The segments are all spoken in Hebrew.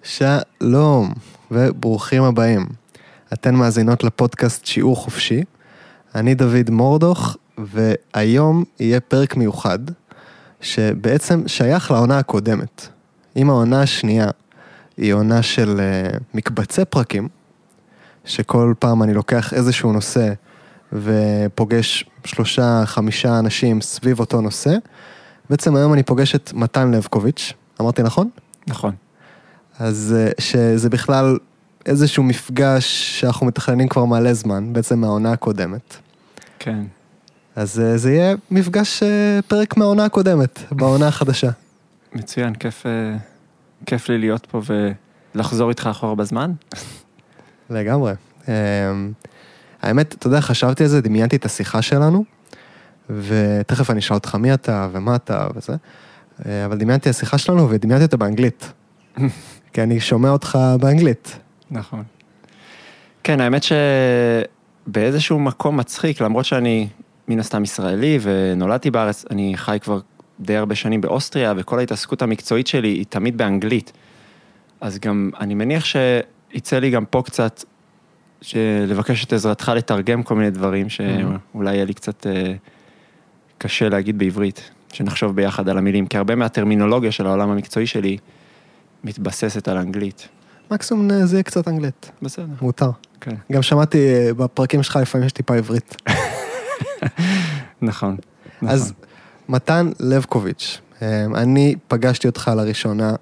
שלום וברוכים הבאים. אתן מאזינות לפודקאסט שיעור חופשי. אני דוד מורדוך, והיום יהיה פרק מיוחד, שבעצם שייך לעונה הקודמת. אם העונה השנייה היא עונה של מקבצי פרקים, שכל פעם אני לוקח איזשהו נושא, ופוגש 3-5 אנשים סביב אותו נושא, בעצם היום אני פוגש את מתן לבקוביץ', אמרתי נכון? נכון. אז שזה בכלל איזשהו מפגש שאנחנו מתכננים כבר מלא זמן, בעצם מהעונה הקודמת. כן. אז זה יהיה מפגש פרק מהעונה הקודמת, בעונה החדשה. מצוין, כיף לי להיות פה ולחזור איתך אחורה בזמן. לגמרי. האמת, אתה יודע, חשבתי על זה, דמיינתי את השיחה שלנו, ותכף אני אשאל אותך מי אתה ומה אתה וזה, אבל דמיינתי את השיחה שלנו ודמיינתי אותה באנגלית. כי אני שומע אותך באנגלית. נכון. כן, האמת שבאיזשהו מקום מצחיק, למרות שאני מן הסתם ישראלי ונולדתי בארץ, אני חי כבר די הרבה שנים באוסטריה, וכל ההתעסקות המקצועית שלי היא תמיד באנגלית. אז גם אני מניח שיצא לי גם פה קצת לבקש את עזרתך לתרגם כל מיני דברים, שאולי יהיה לי קצת קשה להגיד בעברית, שנחשוב ביחד על המילים, כי הרבה מהטרמינולוגיה של העולם המקצועי שלי מתבססת על אנגלית. מקסימום זה יהיה קצת אנגלית. בסדר. מותר. כן. גם שמעתי בפרקים שלך לפעמים יש טיפה עברית. נכון. אז מתן לבקוביץ', אני פגשתי אותך לראשונה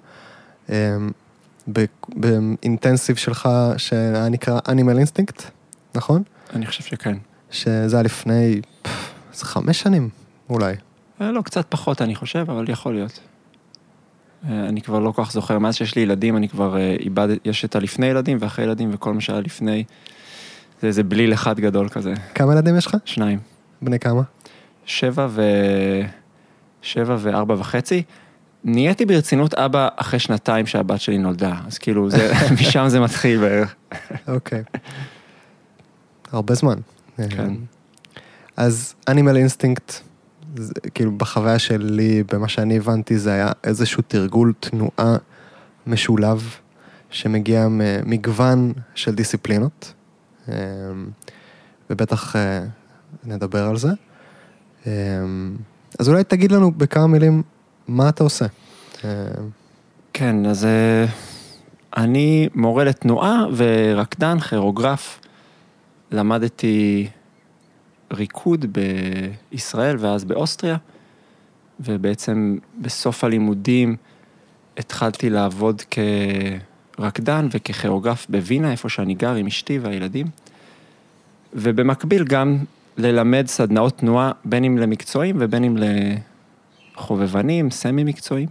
באינטנסיב שלך שהיה נקרא Animal Instinct, נכון? אני חושב שכן. שזה היה לפני 5 שנים אולי. לא, קצת פחות אני חושב, אבל יכול להיות. אני כבר לא כל כך זוכר, מאז שיש לי ילדים, אני כבר יש את הלפני ילדים ואחרי ילדים, וכל מה שהיה לפני, זה איזה בליל אחד גדול כזה. כמה ילדים יש לך? 2. בני כמה? 7 ו4.5. נהייתי ברצינות אבא אחרי 2 שהבת שלי נולדה, אז כאילו, משם זה מתחיל בערך. אוקיי. הרבה זמן. כן. אז Animal Instinct, כאילו בחוויה שלי, במה שאני הבנתי, זה היה איזשהו תרגול תנועה משולב, שמגיע ממגוון של דיסציפלינות, ובטח נדבר על זה. אז אולי תגיד לנו בכמה מילים, מה אתה עושה? כן, אז אני מורה לתנועה ורקדן, כוריאוגרף. למדתי ריקוד בישראל ואז באוסטריה, ובעצם בסוף הלימודים התחלתי לעבוד כרקדן וככוריאוגרף בווינה, איפה שאני גר עם אשתי והילדים, ובמקביל גם ללמד סדנאות תנועה, בין אם למקצועים ובין אם לחובבנים, סמי מקצועים.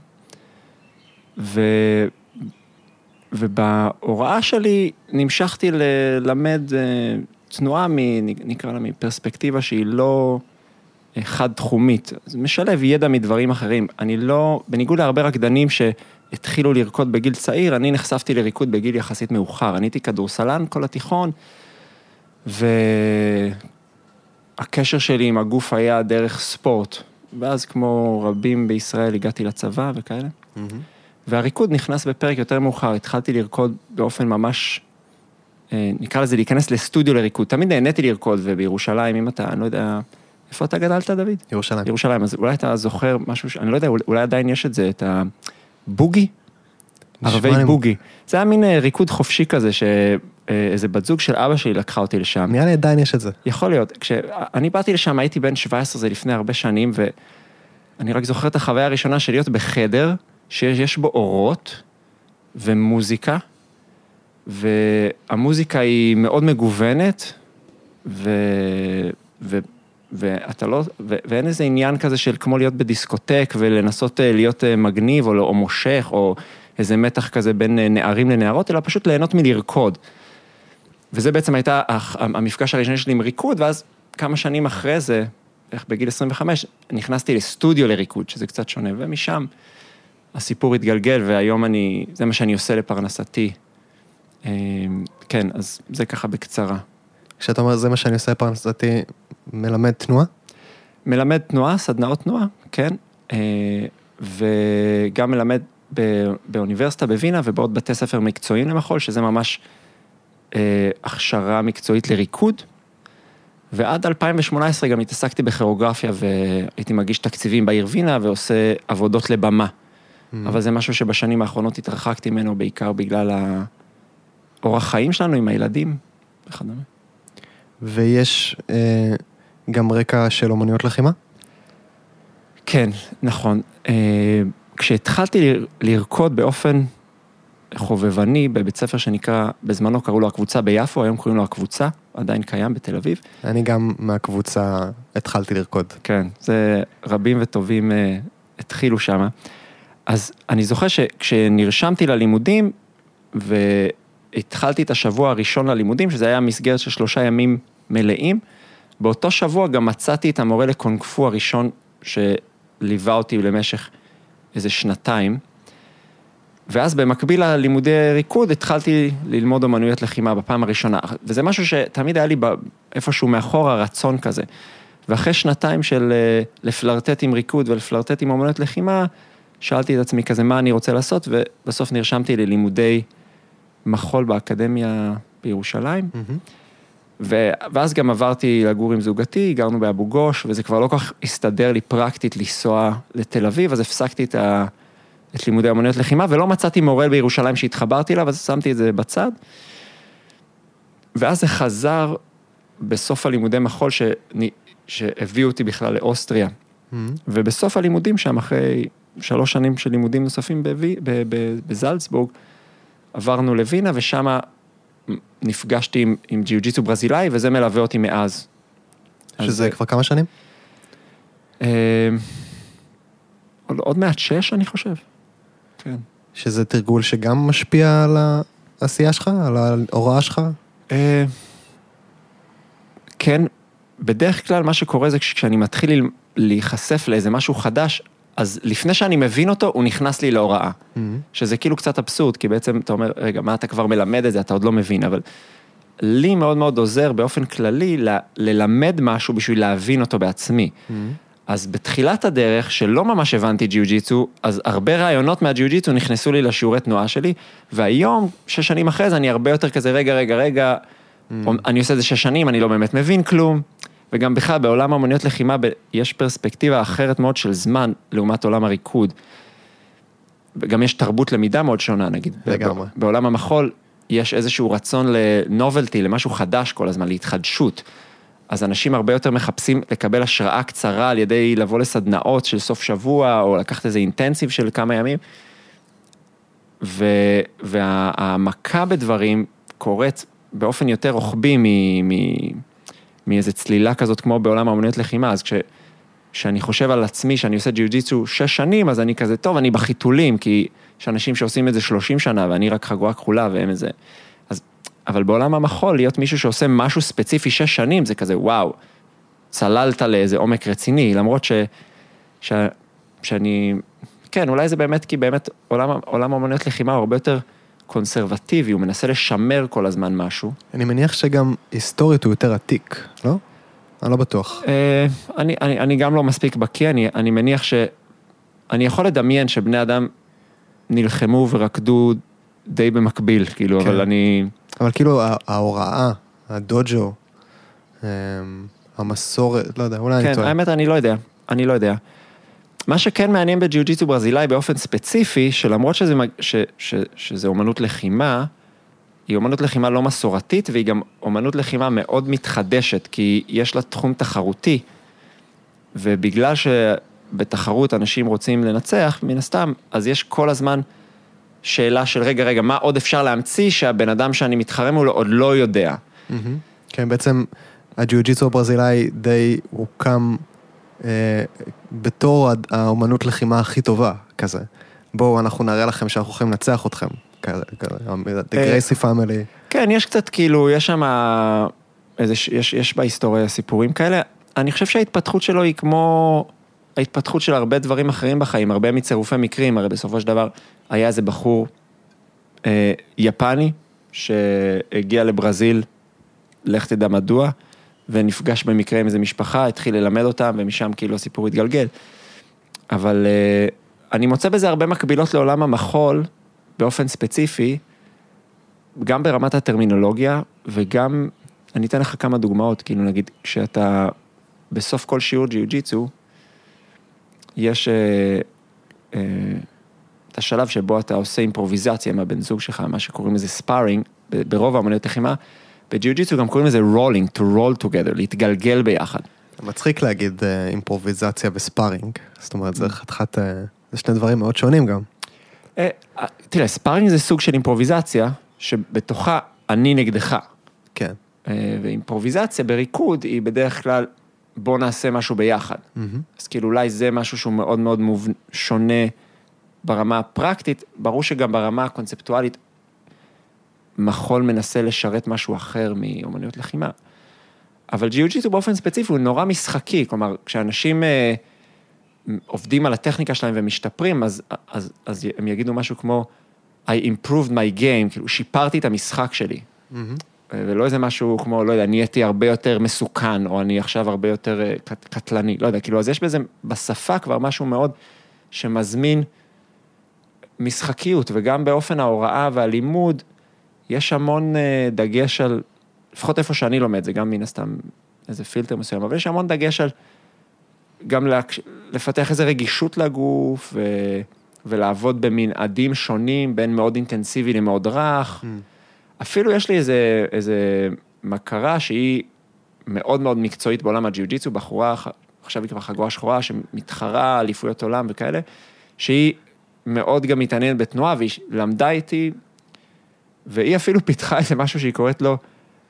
ובהוראה שלי נמשכתי ללמד תנועה, נקרא לה מפרספקטיבה שהיא לא חד-תחומית. זה משלב ידע מדברים אחרים. אני לא, בניגוד להרבה רקדנים שהתחילו לרקוד בגיל צעיר, אני נחשפתי לריקוד בגיל יחסית מאוחר. אני הייתי כדורסלן כל התיכון, והקשר שלי עם הגוף היה דרך ספורט. ואז כמו רבים בישראל הגעתי לצבא וכאלה. והריקוד נכנס בפרק יותר מאוחר. התחלתי לרקוד באופן ממש, נקרא לזה להיכנס לסטודיו לריקוד. תמיד נהניתי לרקוד, ובירושלים, אם אתה, אני לא יודע, איפה אתה גדלת, דוד? ירושלים. ירושלים, אז אולי אתה זוכר משהו, אני לא יודע, אולי עדיין יש את זה, את הבוגי? ערבי בוגי. זה היה מין ריקוד חופשי כזה, שאיזה בת זוג של אבא שלי לקחה אותי לשם. נראה לי עדיין יש את זה. יכול להיות. כשאני באתי לשם, הייתי בן 17, זה לפני הרבה שנים, ואני רק זוכר את החוויה הראשונה של להיות בחדר, שיש בו אורות ומוזיקה, והמוזיקה היא מאוד מגוונת, ואתה לא, ואין איזה עניין כזה של כמו להיות בדיסקוטק, ולנסות להיות מגניב, או מושך, או איזה מתח כזה בין נערים לנערות, אלא פשוט ליהנות מלרקוד. וזה בעצם הייתה המפגש הראשון שלי עם ריקוד, ואז כמה שנים אחרי זה, איך בגיל 25, נכנסתי לסטודיו לריקוד, שזה קצת שונה, ומשם הסיפור התגלגל, והיום זה מה שאני עושה לפרנסתי. כן, אז זה ככה בקצרה. כשאתה אומר, זה מה שאני עושה לפרנסתי, מלמד תנועה? מלמד תנועה, סדנאות תנועה, כן. וגם מלמד באוניברסיטה בווינה ובעוד בתי ספר מקצועיים למחול, שזה ממש הכשרה מקצועית לריקוד, ועד 2018 גם התעסקתי בכירוגרפיה, והייתי מגיש תקציבים בעיר וינה, ועושה עבודות לבמה. אבל זה משהו שבשנים האחרונות התרחקתי ממנו, בעיקר בגלל אורח חיים שלנו עם הילדים וכדומה. ויש גם רקע של אומנויות לחימה? כן, נכון. כשהתחלתי לרקוד באופן חובבני בבית ספר שנקרא, בזמנו קראו לו הקבוצה ביפו, היום קוראים לו הקבוצה, עדיין קיים בתל אביב. אני גם מהקבוצה התחלתי לרקוד. כן, זה רבים וטובים התחילו שם. אז אני זוכר שכשנרשמתי ללימודים, והתחלתי את השבוע הראשון ללימודים, שזה היה מסגרת של 3 ימים מלאים, באותו שבוע גם מצאתי את המורה לקונג-פו הראשון, שליווה אותי למשך איזה 2 ואז במקביל ללימודי ריקוד, התחלתי ללמוד אומנויות לחימה בפעם הראשונה, וזה משהו שתמיד היה לי איפשהו מאחור הרצון כזה, ואחרי 2 של לפלרטט עם ריקוד ולפלרטט עם אומנויות לחימה, שאלתי את עצמי כזה מה אני רוצה לעשות, ובסוף נרשמתי ללימודי מחול באקדמיה בירושלים, ואז גם עברתי לגור עם זוגתי, גרנו באבו גוש, וזה כבר לא כך הסתדר לי פרקטית לנסוע לתל אביב, אז הפסקתי את לימודי אומנויות לחימה, ולא מצאתי מורה בירושלים שהתחברתי אליו, אז שמתי את זה בצד, ואז זה חזר בסוף הלימודי מחול שהביאו אותי בכלל לאוסטריה, ובסוף הלימודים שם, אחרי 3 שנים של לימודים נוספים בזלצבורג, עברנו לווינה, ושם נפגשתי עם ג'יוג'יצו ברזילאי, וזה מלווה אותי מאז. שזה כבר כמה שנים? עוד מעט 6, אני חושב. כן. שזה תרגול שגם משפיע על העשייה שלך, על ההוראה שלך? כן, בדרך כלל מה שקורה זה כשאני מתחיל להיחשף לאיזה משהו חדש, אז לפני שאני מבין אותו, הוא נכנס לי להוראה. שזה כאילו קצת אבסורד, כי בעצם אתה אומר, רגע, מה אתה כבר מלמד את זה, אתה עוד לא מבין, אבל לי מאוד מאוד עוזר באופן כללי ללמד משהו בשביל להבין אותו בעצמי. אז בתחילת הדרך, שלא ממש הבנתי ג'יוג'יצו, אז הרבה רעיונות מהג'יוג'יצו נכנסו לי לשיעורי תנועה שלי, והיום, 6 שנים אחרי זה, אני הרבה יותר כזה, רגע, אני עושה את זה 6 שנים, אני לא באמת מבין כלום, וגם בכלל, בעולם האמנויות לחימה, יש פרספקטיבה אחרת מאוד של זמן, לעומת עולם הריקוד. וגם יש תרבות למידה מאוד שונה, נגיד. לגמרי. בעולם המחול, יש איזשהו רצון לנובלטי, למשהו חדש כל הזמן, להתחדשות. אז אנשים הרבה יותר מחפשים לקבל השראה קצרה, על ידי לבוא לסדנאות של סוף שבוע, או לקחת איזה אינטנסיב של כמה ימים. והעמקה בדברים קורית באופן יותר רוחבי מאיזה צלילה כזאת כמו בעולם האמנויות לחימה, אז כשאני חושב על עצמי שאני עושה ג'יוג'יצו 6 שנים, אז אני כזה טוב, אני בחיתולים, כי יש אנשים שעושים את זה 30 שנה, ואני רק חגורה כחולה, והם איזה... אבל בעולם המחול, להיות מישהו שעושה משהו ספציפי 6 שנים, זה כזה וואו, צללת לאיזה עומק רציני, למרות שאני... כן, אולי זה באמת, כי באמת עולם האמנויות לחימה הוא הרבה יותר קונסרבטיבי, הוא מנסה לשמר כל הזמן משהו. אני מניח שגם היסטורית הוא יותר עתיק, לא? אני לא בטוח. אני גם לא מספיק בקיא, אני מניח אני יכול לדמיין שבני אדם נלחמו ורקדו די במקביל, כאילו, כן. אבל כאילו ההוראה, הדוג'ו, המסורת, לא יודע, אולי אני טועה. כן, האמת אני לא יודע. מה שכן מעניין בג'יוג'יצו ברזילאי באופן ספציפי, שלמרות שזה אומנות לחימה, היא אומנות לחימה לא מסורתית, והיא גם אומנות לחימה מאוד מתחדשת, כי יש לה תחום תחרותי, ובגלל שבתחרות אנשים רוצים לנצח, מן הסתם, אז יש כל הזמן שאלה של רגע, מה עוד אפשר להמציא שהבן אדם שאני מתחרה מולו עוד לא יודע. כן, בעצם הג'יוג'יצו הברזילאי די הוקם בתור האומנות לחימה הכי טובה, כזה. בואו, אנחנו נראה לכם שאנחנו יכולים לנצח אתכם, כזה, the Gracie family. כן, יש קצת כאילו, יש שם, יש בהיסטוריה סיפורים כאלה, אני חושב שההתפתחות שלו היא כמו ההתפתחות של הרבה דברים אחרים בחיים, הרבה מצירופי מקרים, הרי בסופו של דבר היה איזה בחור יפני, שהגיע לברזיל, לך תדע מדוע, ונפגש במקרה עם איזו משפחה, התחיל ללמד אותם, ומשם כאילו הסיפור התגלגל. אבל אני מוצא בזה הרבה מקבילות לעולם המחול, באופן ספציפי, גם ברמת הטרמינולוגיה, וגם, אני אתן לך כמה דוגמאות, כאילו נגיד, כשאתה בסוף כל שיעור ג'יוג'יצו, יש את השלב שבו אתה עושה אימפרוביזציה עם הבן זוג שלך, מה שקוראים לזה ספארינג, ברוב האמנויות לחימה, בג'יוג'יצו גם קוראים לזה rolling, to roll together, להתגלגל ביחד. מצחיק להגיד אימפרוביזציה וספארינג, זאת אומרת, זה חתיכת, זה שני דברים מאוד שונים גם. תראה, ספארינג זה סוג של אימפרוביזציה, שבתוכה אני נגדך. כן. ואימפרוביזציה בריקוד היא בדרך כלל, בוא נעשה משהו ביחד. אז כאילו אולי זה משהו שהוא מאוד מאוד שונה ברמה הפרקטית, ברור שגם ברמה הקונספטואלית, מחול מנסה לשרת משהו אחר מאומנויות לחימה. אבל ג'יוג'יטסו באופן ספציפי הוא נורא משחקי, כלומר, כשאנשים עובדים על הטכניקה שלהם ומשתפרים, אז הם יגידו משהו כמו, I improved my game, כאילו שיפרתי את המשחק שלי. ולא איזה משהו כמו, לא יודע, נהייתי הרבה יותר מסוכן, או אני עכשיו הרבה יותר קטלני, לא יודע, כאילו, אז יש בזה, בשפה כבר משהו מאוד שמזמין משחקיות, וגם באופן ההוראה והלימוד, יש המון דגש על, לפחות איפה שאני לומד, זה גם מן הסתם איזה פילטר מסוים, אבל יש המון דגש על גם לפתח איזה רגישות לגוף, ולעבוד במנעדים שונים, בין מאוד אינטנסיבי למאוד רך. אפילו יש לי איזה מכרה שהיא מאוד מאוד מקצועית בעולם הג'יוג'יצו, בחורה, עכשיו היא כבר חגורה שחורה, שמתחרה אליפויות עולם וכאלה, שהיא מאוד גם מתעניינת בתנועה, והיא למדה איתי, והיא אפילו פיתחה איזה משהו שהיא קוראת לו,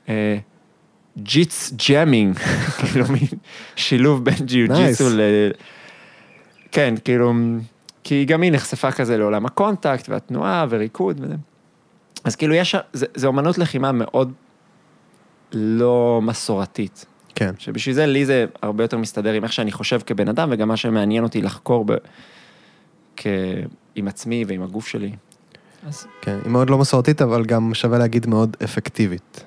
ג'יטס ג'אמינג, כאילו שילוב בין ג'יוג'יצו כן, כאילו, כי גם היא נחשפה כזה לעולם הקונטקט, והתנועה וריקוד וזה. אז כאילו זה אומנות לחימה מאוד לא מסורתית. כן. שבשביל זה לי זה הרבה יותר מסתדר עם איך שאני חושב כבן אדם, וגם מה שמעניין אותי לחקור עם עצמי ועם הגוף שלי. כן, היא מאוד לא מסורתית, אבל גם שווה להגיד מאוד אפקטיבית.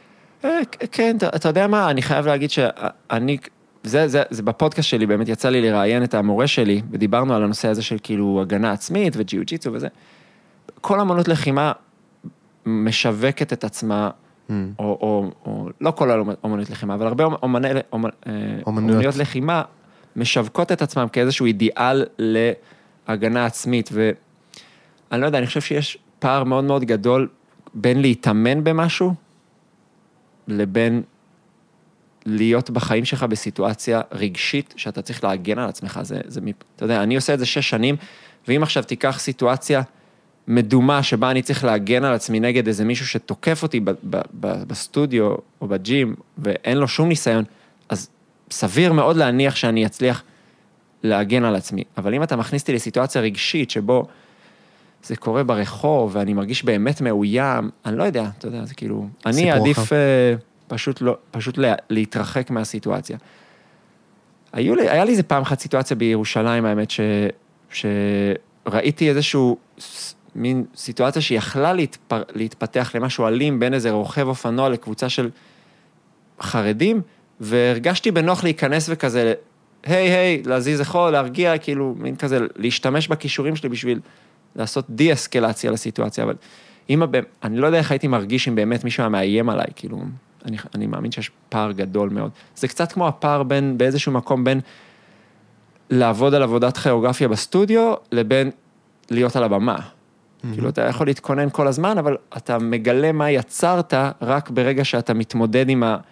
כן, אתה יודע מה, אני חייב להגיד שאני, זה בפודקאסט שלי, באמת יצא לי לראיין את המורה שלי, ודיברנו על הנושא הזה של כאילו הגנה עצמית וג'יוג'יצו וזה. כל אמנות לחימה משווקת את עצמה, או לא כל אמנות לחימה, אבל הרבה אמנויות לחימה משווקות את עצמם כאיזשהו אידיאל להגנה עצמית, ואני לא יודע, אני חושב שיש פער מאוד מאוד גדול בין להתאמן במשהו, לבין להיות בחיים שלך בסיטואציה רגשית, שאתה צריך להגן על עצמך, אתה יודע, אני עושה את זה 6 שנים, ואם עכשיו תיקח סיטואציה מדומה, שבה אני צריך להגן על עצמי נגד איזה מישהו שתוקף אותי בסטודיו או בג'ים, ואין לו שום ניסיון, אז סביר מאוד להניח שאני אצליח להגן על עצמי. אבל אם אתה מכניס אותי לסיטואציה רגשית, שבו זה קורה ברחוב, ואני מרגיש באמת מאוים, אני לא יודע, אתה יודע, זה כאילו, אני עדיף פשוט להתרחק מהסיטואציה. היה לי איזה פעם אחת סיטואציה בירושלים, האמת, שראיתי איזשהו מין סיטואציה שיכלה להתפתח למשהו אלים, בין איזה רוכב אופנוע לקבוצה של חרדים, והרגשתי בנוח להיכנס וכזה, היי, להזיז החול, להרגיע, כאילו, מין כזה, להשתמש בכישורים שלי בשביל לעשות די-אסקלציה לסיטואציה, אבל אני לא יודע איך הייתי מרגיש אם באמת מישהו מאיים עליי, כאילו, אני מאמין שיש פער גדול מאוד. זה קצת כמו הפער באיזשהו מקום בין לעבוד על עבודת כיאוגרפיה בסטודיו, לבין להיות על הבמה. כאילו, אתה יכול להתכונן כל הזמן, אבל אתה מגלה מה יצרת רק ברגע שאתה מתמודד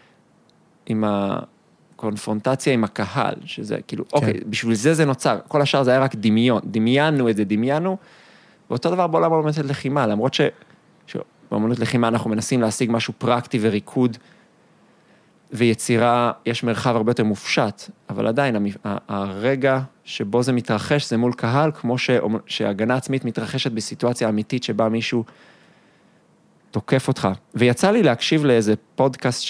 עם הקונפרונטציה עם הקהל, שזה כאילו, אוקיי, בשביל זה נוצר. כל השאר זה היה רק דמיון. דמיינו, ואותו דבר בעולם האמנות לחימה, למרות שבאמנות לחימה אנחנו מנסים להשיג משהו פרקטי וריקוד, ויצירה, יש מרחב הרבה יותר מופשט, אבל עדיין הרגע שבו זה מתרחש, זה מול קהל, כמו שהגנה עצמית מתרחשת בסיטואציה אמיתית שבה מישהו תוקף אותך. ויצא לי להקשיב לאיזה פודקאסט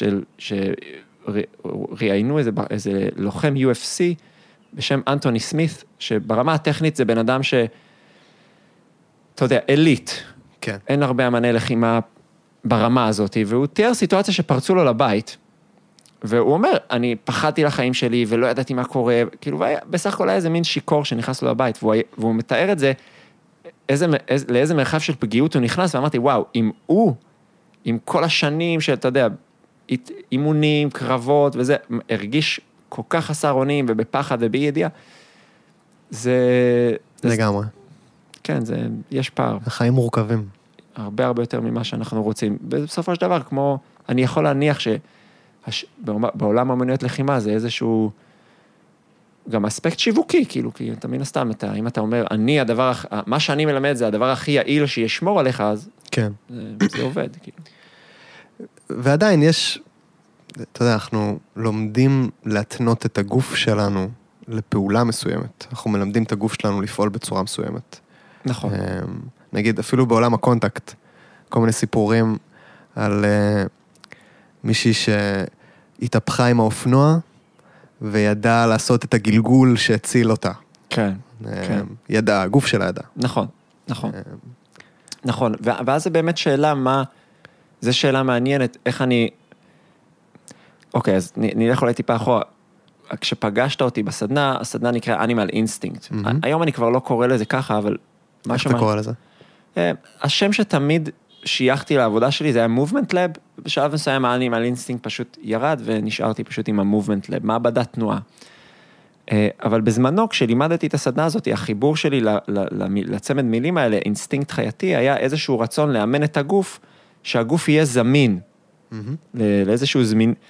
שראיינו איזה לוחם UFC, בשם אנטוני סמית, שברמה הטכנית זה בן אדם אתה יודע, אליט. כן. אין הרבה אמני לחימה ברמה הזאת, והוא תיאר סיטואציה שפרצו לו לבית, והוא אומר, אני פחדתי לחיים שלי ולא ידעתי מה קורה, כאילו, בסך הכל היה איזה מין שיקור שנכנס לו לבית, והוא מתאר את זה, לאיזה מרחב של פגיעות הוא נכנס, ואמרתי, וואו, אם הוא, עם כל השנים שאתה יודע, אימונים, קרבות וזה, הרגיש כל כך חסר אונים ובפחד ובאי ידיעה, זה... לגמרי. כן, יש פער. החיים מורכבים. הרבה הרבה יותר ממה שאנחנו רוצים. בסופו של דבר, כמו, אני יכול להניח שבעולם האמנויות לחימה זה איזשהו, גם אספקט שיווקי, כאילו, כי אתה מן הסתם, אם אתה אומר, מה שאני מלמד זה הדבר הכי יעיל שישמור עליך, אז כן. זה עובד, כאילו. ועדיין יש, אתה יודע, אנחנו לומדים להתנות את הגוף שלנו לפעולה מסוימת. אנחנו מלמדים את הגוף שלנו לפעול בצורה מסוימת. נכון. נגיד, אפילו בעולם הקונטקט, כל מיני סיפורים על מישהי שהתהפכה עם האופנוע, וידע לעשות את הגלגול שהציל אותה. כן, כן. ידע, הגוף שלה ידע. נכון, נכון. נכון, ואז זה באמת שאלה זו שאלה מעניינת, איך אני... אוקיי, אז נלך אולי טיפה אחורה. כשפגשת אותי בסדנה, הסדנה נקרא Animal Instinct. היום אני כבר לא קורא לזה ככה, אבל... איך אתה קורא לזה? השם שתמיד שייכתי לעבודה שלי, זה היה Movement Lab, בשלב מסוים ה-Animal Instinct פשוט ירד, ונשארתי פשוט עם ה-Movement Lab, מעבדת תנועה. אבל בזמנו, כשלימדתי את הסדנה הזאת, החיבור שלי לצמד מילים האלה, אינסטינקט חייתי, היה איזשהו רצון לאמן את הגוף, שהגוף יהיה זמין, לאיזשהו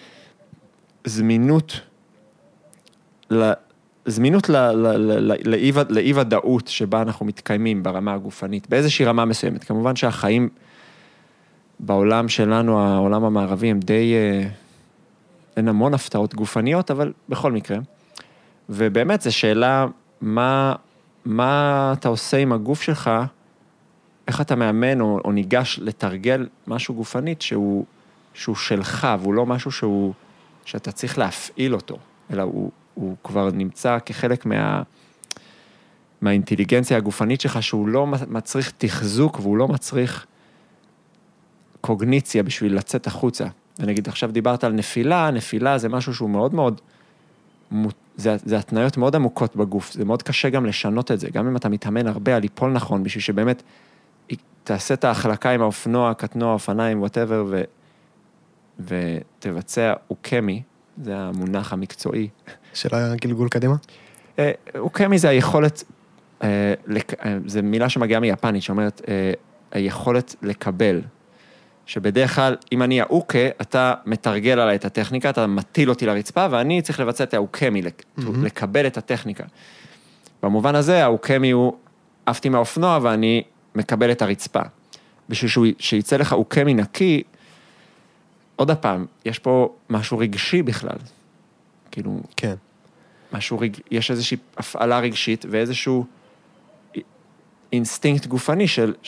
זמינות לאי ודאות שבה אנחנו מתקיימים ברמה הגופנית, באיזושהי רמה מסוימת. כמובן שהחיים בעולם שלנו, העולם המערבי, הם די, אין המון הפתעות גופניות, אבל בכל מקרה. ובאמת זו שאלה, מה אתה עושה עם הגוף שלך, איך אתה מאמן או ניגש לתרגל משהו גופנית שהוא שלך, והוא לא משהו שאתה צריך להפעיל אותו, אלא הוא כבר נמצא כחלק מהאינטליגנציה הגופנית שלך, שהוא לא מצריך תחזוק, והוא לא מצריך קוגניציה בשביל לצאת החוצה. ונגיד, עכשיו דיברת על נפילה זה משהו שהוא מאוד מאוד, זה התנאיות מאוד עמוקות בגוף, זה מאוד קשה גם לשנות את זה, גם אם אתה מתאמן הרבה על ליפול נכון, בשביל שבאמת תעשה את ההחלקה עם האופנוע, קטנוע, אופניים, whatever, ותבצע אוקמי, זה המונח המקצועי. של הגלגול קדימה? אוקמי זה היכולת, זה מילה שמגיעה מיפנית, שאומרת, היכולת לקבל, שבדרך כלל, אם אני האוקה, אתה מתרגל עליי את הטכניקה, אתה מטיל אותי לרצפה, ואני צריך לבצע את האוקמי, לקבל את הטכניקה. במובן הזה, האוקמי הוא, עפתי מהאופנוע, ואני מקבל את הרצפה. בשביל שיצא לך אוקמי נקי, עוד הפעם, יש פה משהו רגשי בכלל. כאילו, כן. יש איזושהי הפעלה רגשית, ואיזשהו אינסטינקט גופני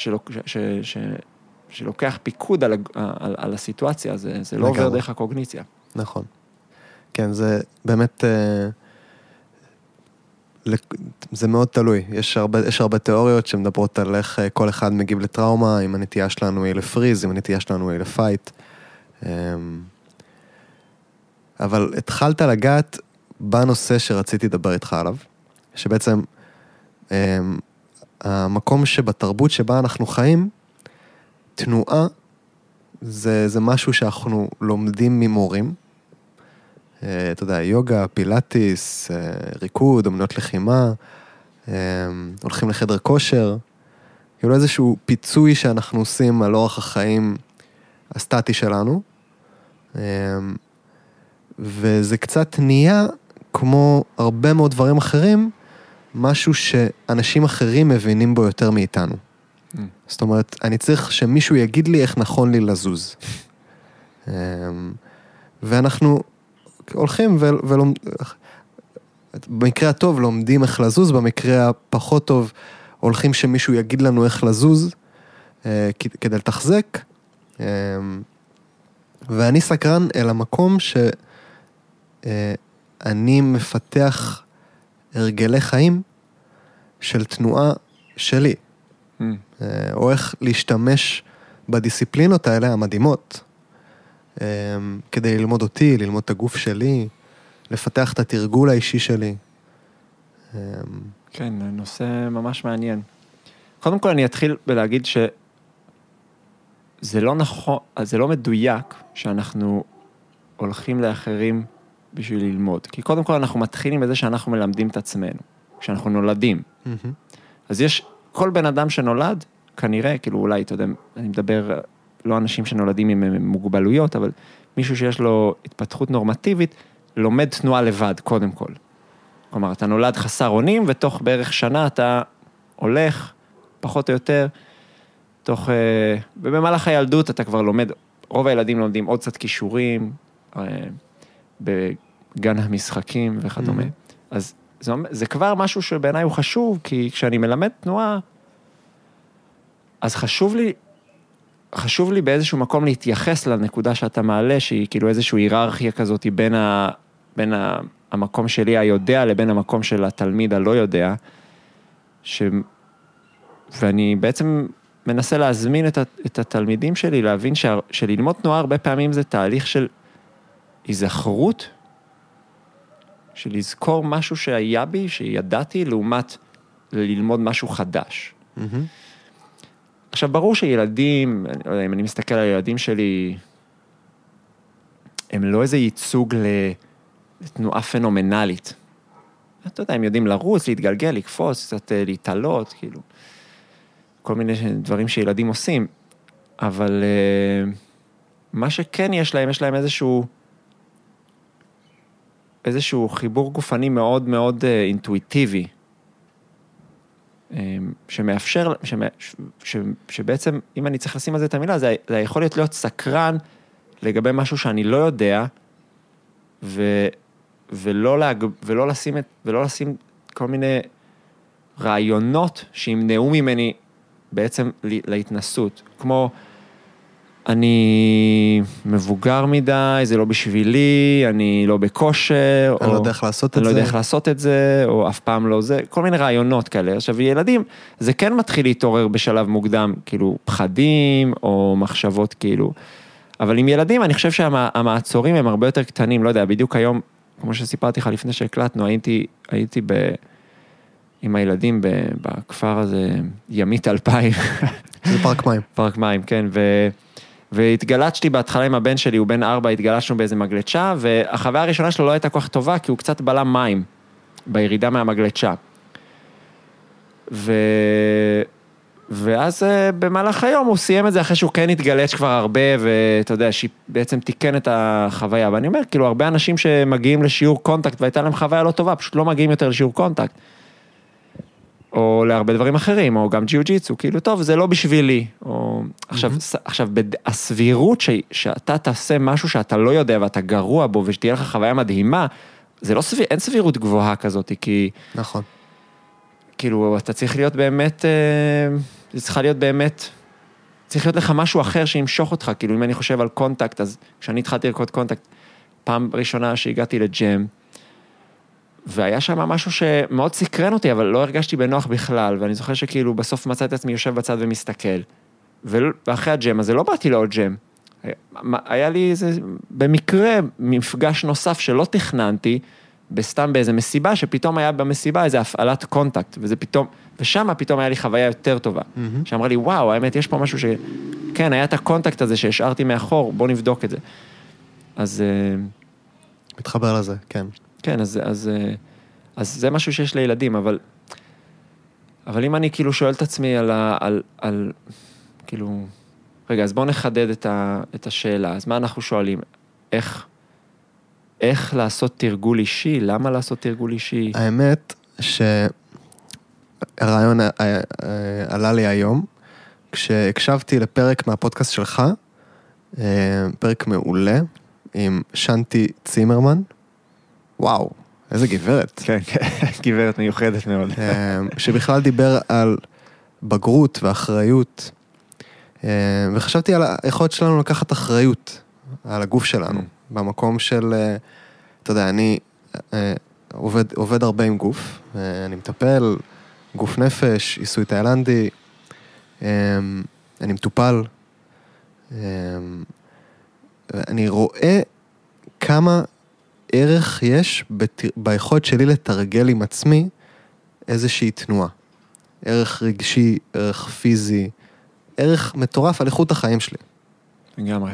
שלוקח פיקוד על הסיטואציה, זה לא עובר דרך הקוגניציה. נכון. כן, זה באמת, זה מאוד תלוי. יש הרבה תיאוריות שמדברות על איך כל אחד מגיב לטראומה, אם הנטייה שלנו היא לפריז, אם הנטייה שלנו היא לפייט. אבל התחלת לגעת בנושא שרציתי לדבר איתך עליו, שבעצם המקום שבתרבות שבה אנחנו חיים, תנועה זה משהו שאנחנו לומדים ממורים, אתה יודע, יוגה, פילאטיס, ריקוד, אמנות לחימה, הולכים לחדר כושר, כאילו איזשהו פיצוי שאנחנו עושים על אורח החיים הסטטי שלנו, וזה קצת נהיה, כמו הרבה מאוד דברים אחרים, משהו שאנשים אחרים מבינים בו יותר מאיתנו. זאת אומרת, אני צריך שמישהו יגיד לי איך נכון לי לזוז. ואנחנו הולכים במקרה הטוב לומדים איך לזוז, במקרה הפחות טוב הולכים שמישהו יגיד לנו איך לזוז, כדי לתחזק. ואני סקרן אל המקום שאני מפתח הרגלי חיים של תנועה שלי. או איך להשתמש בדיסציפלינות האלה המדהימות, כדי ללמוד אותי, ללמוד את הגוף שלי, לפתח את התרגול האישי שלי. כן, נושא ממש מעניין. קודם כל אני אתחיל בלהגיד שזה לא נכון, זה לא מדויק שאנחנו הולכים לאחרים בשביל ללמוד. כי קודם כל אנחנו מתחילים בזה שאנחנו מלמדים את עצמנו, כשאנחנו נולדים. אז יש, כל בן אדם שנולד, כנראה, כאילו אולי, אתה יודע, אני מדבר, לא אנשים שנולדים עם מוגבלויות, אבל מישהו שיש לו התפתחות נורמטיבית, לומד תנועה לבד, קודם כל. כלומר, אתה נולד חסר אונים, ותוך בערך שנה אתה הולך, פחות או יותר, ובמהלך הילדות אתה כבר לומד, רוב הילדים לומדים עוד קצת כישורים, בגן המשחקים וכדומה. אז זה כבר משהו שבעיניי הוא חשוב, כי כשאני מלמד תנועה, אז חשוב לי באיזשהו מקום להתייחס לנקודה שאתה מעלה, שהיא כאילו איזושהי היררכיה כזאת בין המקום שלי היודע לבין המקום של התלמיד הלא יודע, ואני בעצם מנסה להזמין את התלמידים שלי, להבין שללמוד תנועה הרבה פעמים זה תהליך של היזכרות, של לזכור משהו שהיה בי, שידעתי, לעומת ללמוד משהו חדש. עכשיו, ברור שילדים, אני לא יודע, אם אני מסתכל על הילדים שלי, הם לא איזה ייצוג לתנועה פנומנלית. אתה יודע, הם יודעים לרוץ, להתגלגל, לקפוץ, קצת להתעלות, כאילו. כל מיני דברים שילדים עושים. אבל מה שכן יש להם איזשהו חיבור גופני מאוד מאוד אינטואיטיבי, שמאפשר, שבעצם, אם אני צריך לשים על זה את המילה, זה יכול להיות סקרן לגבי משהו שאני לא יודע, ולא לשים כל מיני רעיונות שימנעו ממני בעצם להתנסות. כמו, אני מבוגר מדי, זה לא בשבילי, אני לא בכושר, אני לא יודע איך לעשות את זה. אני לא יודע איך לעשות את זה, או אף פעם לא זה, כל מיני רעיונות כאלה. עכשיו, ילדים, זה כן מתחיל להתעורר בשלב מוקדם, כאילו, פחדים, או מחשבות, כאילו. אבל עם ילדים, אני חושב שהמעצורים הם הרבה יותר קטנים, לא יודע, בדיוק היום, כמו שסיפרתי לך לפני שהקלטנו, הייתי עם הילדים בכפר הזה, ימית 2000. זה פארק מים. פארק מים, כן, והתגלצתי בהתחלה עם הבן שלי, הוא בן 4, התגלצנו באיזה מגלצ'ה, והחוויה הראשונה שלו לא הייתה כל כך טובה, כי הוא קצת בלם מים, בירידה מהמגלצ'ה. ואז במהלך היום הוא סיים את זה, אחרי שהוא כן התגלץ כבר הרבה, ואתה יודע, שבעצם תיקן את החוויה. ואני אומר, כאילו, הרבה אנשים שמגיעים לשיעור קונטקט, והייתה להם חוויה לא טובה, פשוט לא מגיעים יותר לשיעור קונטקט. או להרבה דברים אחרים, או גם ג'יו-ג'יטסו, כאילו, טוב, זה לא בשבילי. עכשיו, הסבירות שאתה תעשה משהו שאתה לא יודע, ואתה גרוע בו, ושתהיה לך חוויה מדהימה, זה לא אין סבירות גבוהה כזאת, כי... נכון. כאילו, אתה צריך להיות באמת, זה צריכה להיות באמת, צריך להיות לך משהו אחר שימשוך אותך, כאילו, אם אני חושב על קונטקט, אז כשאני התחלתי לרקוד קונטקט, פעם ראשונה שהגעתי לג'ם, והיה שם משהו שמאוד סקרן אותי, אבל לא הרגשתי בנוח בכלל, ואני זוכר שכאילו בסוף מצאתי עצמי יושב בצד ומסתכל, ואחרי הג'ם, אז לא באתי לעוד ג'ם, היה לי איזה, במקרה, מפגש נוסף שלא תכננתי, בסתם באיזה מסיבה, שפתאום היה במסיבה איזה הפעלת קונטקט, ושם פתאום היה לי חוויה יותר טובה, שאמרה לי, וואו, האמת, יש פה משהו כן, היה את הקונטקט הזה שהשארתי מאחור, בוא נבדוק את זה. אז... מתחבר לזה, כן. כן, אז זה משהו שיש לילדים, אבל אם אני כאילו שואל את עצמי על כאילו, רגע, אז בואו נחדד את השאלה, אז מה אנחנו שואלים? איך לעשות תרגול אישי? למה לעשות תרגול אישי? האמת שהרעיון עלה לי היום, כשהקשבתי לפרק מהפודקאסט שלך, פרק מעולה, עם שנטי צימרמן, וואו, איזה גברת. כן, גברת מיוחדת מאוד. שבכלל דיבר על בגרות ואחריות, וחשבתי על היכולת שלנו לקחת אחריות על הגוף שלנו, במקום של, אתה יודע, אני עובד הרבה עם גוף, אני מטפל, גוף נפש, עיסוי תאילנדי, אני מטופל, אני רואה כמה ערך יש ביכולת שלי לתרגל עם עצמי איזושהי תנועה. ערך רגשי, ערך פיזי, ערך מטורף על איכות החיים שלי. לגמרי.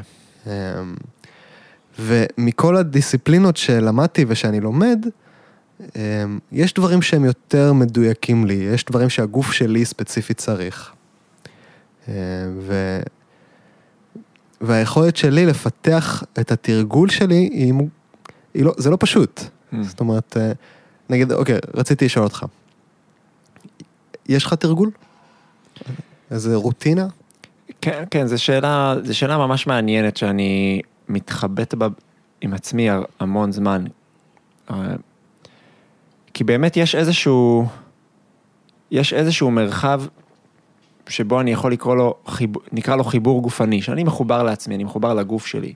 ומכל הדיסציפלינות שלמדתי ושאני לומד, יש דברים שהם יותר מדויקים לי, יש דברים שהגוף שלי ספציפית צריך. והיכולת שלי לפתח את התרגול שלי, זה לא פשוט. זאת אומרת, נגיד, אוקיי, רציתי לשאול אותך. יש לך תרגול? איזה רוטינה? כן, כן, זו שאלה ממש מעניינת שאני מתחבט בה עם עצמי המון זמן. כי באמת יש איזשהו מרחב שבו אני יכול נקרא לו חיבור גופני, שאני מחובר לעצמי, אני מחובר לגוף שלי.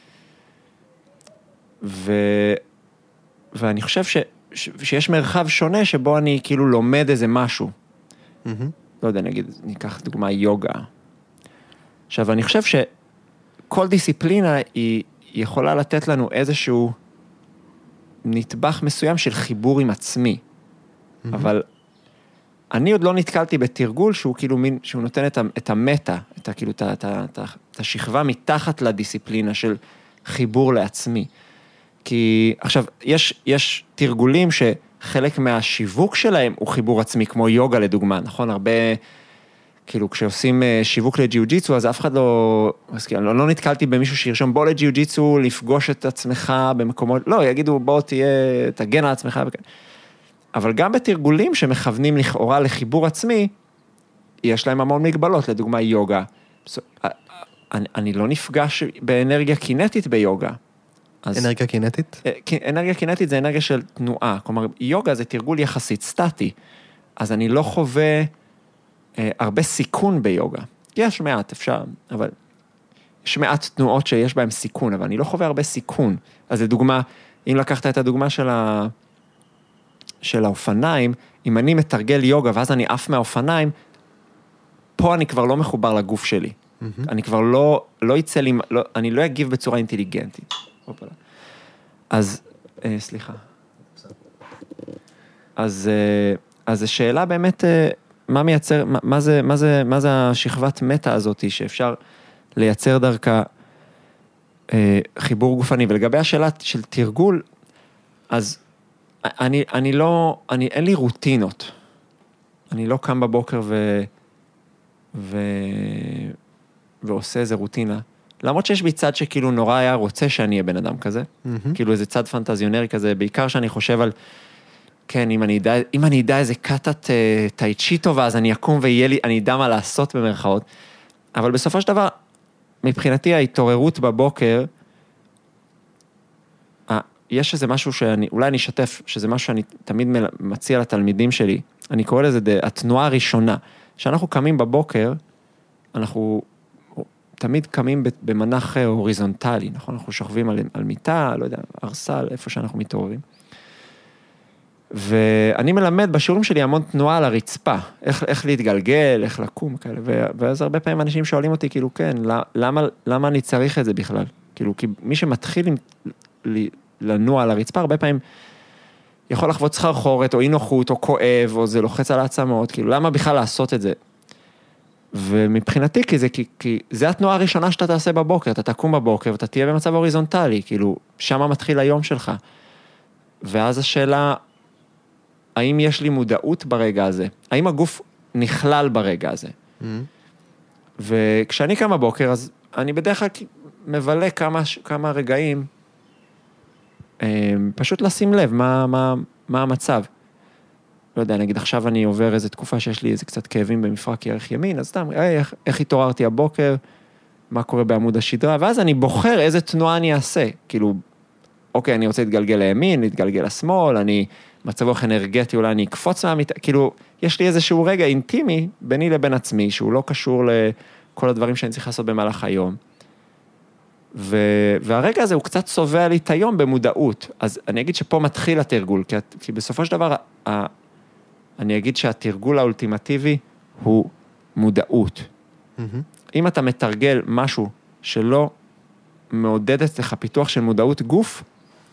ואני חושב שיש מרחב שונה שבו אני כאילו לומד איזה משהו. לא יודע, ניקח דוגמה יוגה. עכשיו, אני חושב שכל דיסציפלינה היא יכולה לתת לנו איזשהו נטבח מסוים של חיבור עם עצמי. אבל אני עוד לא נתקלתי בתרגול שהוא כאילו שהוא נותן את המטה, את השכבה מתחת לדיסציפלינה של חיבור לעצמי. כי עכשיו, יש תרגולים שחלק מהשיווק שלהם הוא חיבור עצמי, כמו יוגה לדוגמה, נכון? הרבה, כאילו, כשעושים שיווק לג'יוג'יצו, אז אף אחד לא, לא נתקלתי במישהו שירשום, בוא לג'יוג'יצו, לפגוש את עצמך במקומות, לא, יגידו, בוא תגן על עצמך, אבל גם בתרגולים שמכוונים לכאורה לחיבור עצמי, יש להם המון מגבלות, לדוגמה יוגה. אני לא נפגש באנרגיה קינטית ביוגה. אנרגיה קינטית? אנרגיה קינטית זה אנרגיה של תנועה, כלומר יוגה זה תרגול יחסית סטטי, אז אני לא חווה הרבה סיכון ביוגה. יש מעט, אפשר, אבל יש מעט תנועות שיש בהן סיכון, אבל אני לא חווה הרבה סיכון. אז לדוגמה, אם לקחת את הדוגמה של האופניים, אם אני מתרגל יוגה ואז אני עף מהאופניים, פה אני כבר לא מחובר לגוף שלי. אני כבר לא יצא לי, אני לא אגיב בצורה אינטליגנטית. אז, סליחה. אז השאלה באמת, מה מייצר, מה זה השכבת מטה הזאת שאפשר לייצר דרכה חיבור גופני, ולגבי השאלה של תרגול, אז אין לי רוטינות. אני לא קם בבוקר ועושה איזה רוטינה. למרות שיש בי צד שכאילו נורא היה רוצה שאני אהיה בן אדם כזה. כאילו איזה צד פנטזיונרי כזה, בעיקר שאני חושב על, כן, אם אני אדע איזה קאטת טאי-צ'י טובה, אז אני אקום אני אדע מה לעשות במרכאות. אבל בסופו של דבר, מבחינתי ההתעוררות בבוקר, יש איזה משהו אולי אני אשתף, שזה משהו שאני תמיד מציע לתלמידים שלי, אני קורא לזה התנועה הראשונה, שאנחנו קמים בבוקר, אנחנו תמיד קמים במנח הוריזונטלי, נכון? אנחנו שוכבים על מיטה, לא יודע, ארסל, איפה שאנחנו מתעוררים. ואני מלמד בשיעורים שלי המון תנועה על הרצפה, איך להתגלגל, איך לקום כאלה, ואז הרבה פעמים אנשים שואלים אותי, כאילו, כן, למה אני צריך את זה בכלל? כאילו, כי מי שמתחיל לנוע על הרצפה, הרבה פעמים יכול לחוות סחרחורת, או אי נוחות, או כואב, או זה לוחץ על העצמות, כאילו, למה בכלל לעשות את זה? ומבחינתי, כי זה התנועה הראשונה שאתה תעשה בבוקר, אתה תקום בבוקר, ואתה תהיה במצב הוריזונטלי, כאילו, שמה מתחיל היום שלך. ואז השאלה, האם יש לי מודעות ברגע הזה? האם הגוף נכלל ברגע הזה? וכשאני קם בבוקר, אז אני בדרך כלל מבלה כמה רגעים, פשוט לשים לב מה המצב. לא יודע, נגיד עכשיו אני עובר איזו תקופה שיש לי איזה קצת כאבים במפרק ירך ימין, אז סתם, איך התעוררתי הבוקר, מה קורה בעמוד השדרה, ואז אני בוחר איזה תנועה אני אעשה. כאילו, אוקיי, אני רוצה להתגלגל לימין, להתגלגל לשמאל, מצב רוח אנרגטי, אולי אני אקפוץ כאילו, יש לי איזשהו רגע אינטימי ביני לבין עצמי, שהוא לא קשור לכל הדברים שאני צריך לעשות במהלך היום. והרגע הזה הוא קצת צובע לי את היום במודעות. אז אני אגיד שפה מתחיל התרגול, כי בסופו של דבר, אני אגיד שהתרגול האולטימטיבי הוא מודעות. אם אתה מתרגל משהו שלא מעודדת לך פיתוח של מודעות גוף,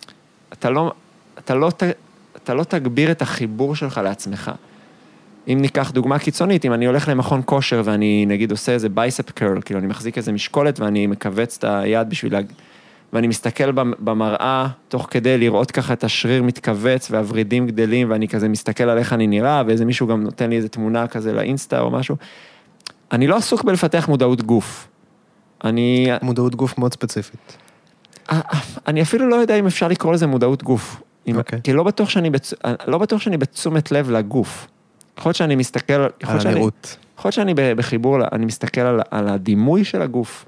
אתה לא תגביר את החיבור שלך לעצמך. אם ניקח דוגמה קיצונית, אם אני הולך למכון כושר ואני נגיד עושה איזה בייספ קרל, כאילו אני מחזיק איזה משקולת ואני מכווץ את היד ואני מסתכל במראה תוך כדי לראות ככה את השריר מתכווץ והוורידים גדלים ואני כזה מסתכל על איך אני נראה ואיזה מישהו גם נותן לי איזה תמונה כזה לאינסטה או משהו. אני לא עסוק בלפתח מודעות גוף. מודעות גוף מאוד ספציפית. אני אפילו לא יודע אם אפשר לקרוא לזה מודעות גוף. כי לא בטוח שאני בתשומת לב לגוף. יכול להיות שאני מסתכל, על הנראות. יכול להיות שאני בחיבור, אני מסתכל על הדימוי של הגוף.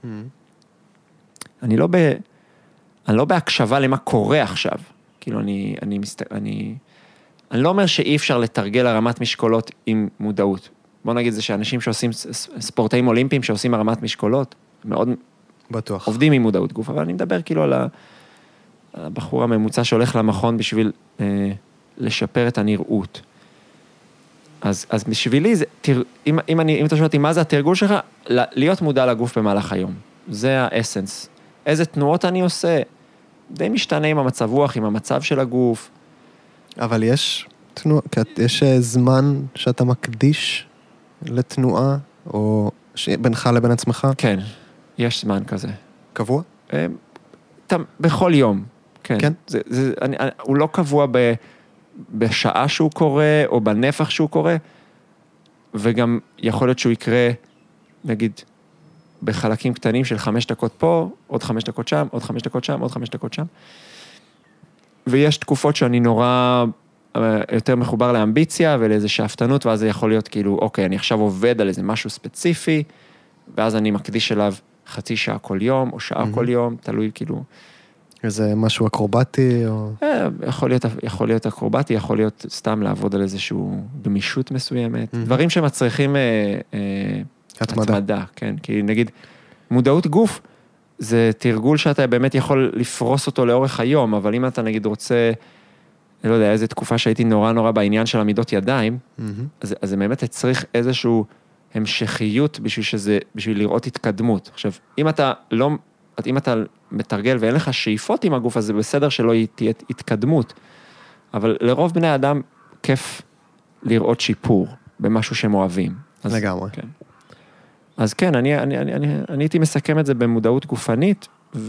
אני לא בהקשבה למה קורה עכשיו. כאילו אני לא אומר שאי אפשר לתרגל הרמת משקולות עם מודעות. בוא נגיד זה שאנשים שעושים, ספורטאים אולימפיים שעושים הרמת משקולות, מאוד בטוח. עובדים עם מודעות גוף, אבל אני מדבר כאילו על הבחור הממוצע שהולך למכון בשביל לשפר את הנראות. אז בשבילי, אם אתה שואל אותי מה זה התרגול שלך, להיות מודע לגוף במהלך היום. זה האסנס. איזה תנועות אני עושה, די משתנה עם המצב רוח, עם המצב של הגוף. אבל יש זמן שאתה מקדיש לתנועה, או בינך לבין עצמך? כן, יש זמן כזה. קבוע? בכל יום, כן. כן? הוא לא קבוע בשעה שהוא קורא, או בנפח שהוא קורא, וגם יכול להיות שהוא יקרה, נגיד, בחלקים קטנים של 5 דקות פה, עוד 5 דקות שם, עוד 5 דקות שם, עוד 5 דקות שם. ויש תקופות שאני נורא יותר מחובר לאמביציה ולאיזה שאפתנות, ואז זה יכול להיות כאילו, אוקיי, אני עכשיו עובד על איזה משהו ספציפי, ואז אני מקדיש אליו חצי שעה כל יום, או שעה כל יום, תלוי כאילו. איזה משהו אקרובטי, או... יכול להיות אקרובטי, יכול להיות סתם לעבוד על איזשהו גמישות מסוימת, דברים שמצריכים התמדה, כן, כי נגיד, מודעות גוף, זה תרגול שאתה באמת יכול לפרוס אותו לאורך היום, אבל אם אתה נגיד רוצה, אני לא יודע, איזו תקופה שהייתי נורא בעניין של עמידות ידיים, אז זה באמת צריך איזשהו המשכיות בשביל לראות התקדמות. עכשיו, אם אתה מתרגל ואין לך שאיפות עם הגוף, אז זה בסדר שלא תהיה התקדמות, אבל לרוב בני האדם כיף לראות שיפור במשהו שהם אוהבים. לגמרי. כן. אז כן, אני הייתי מסכם את זה במודעות גופנית,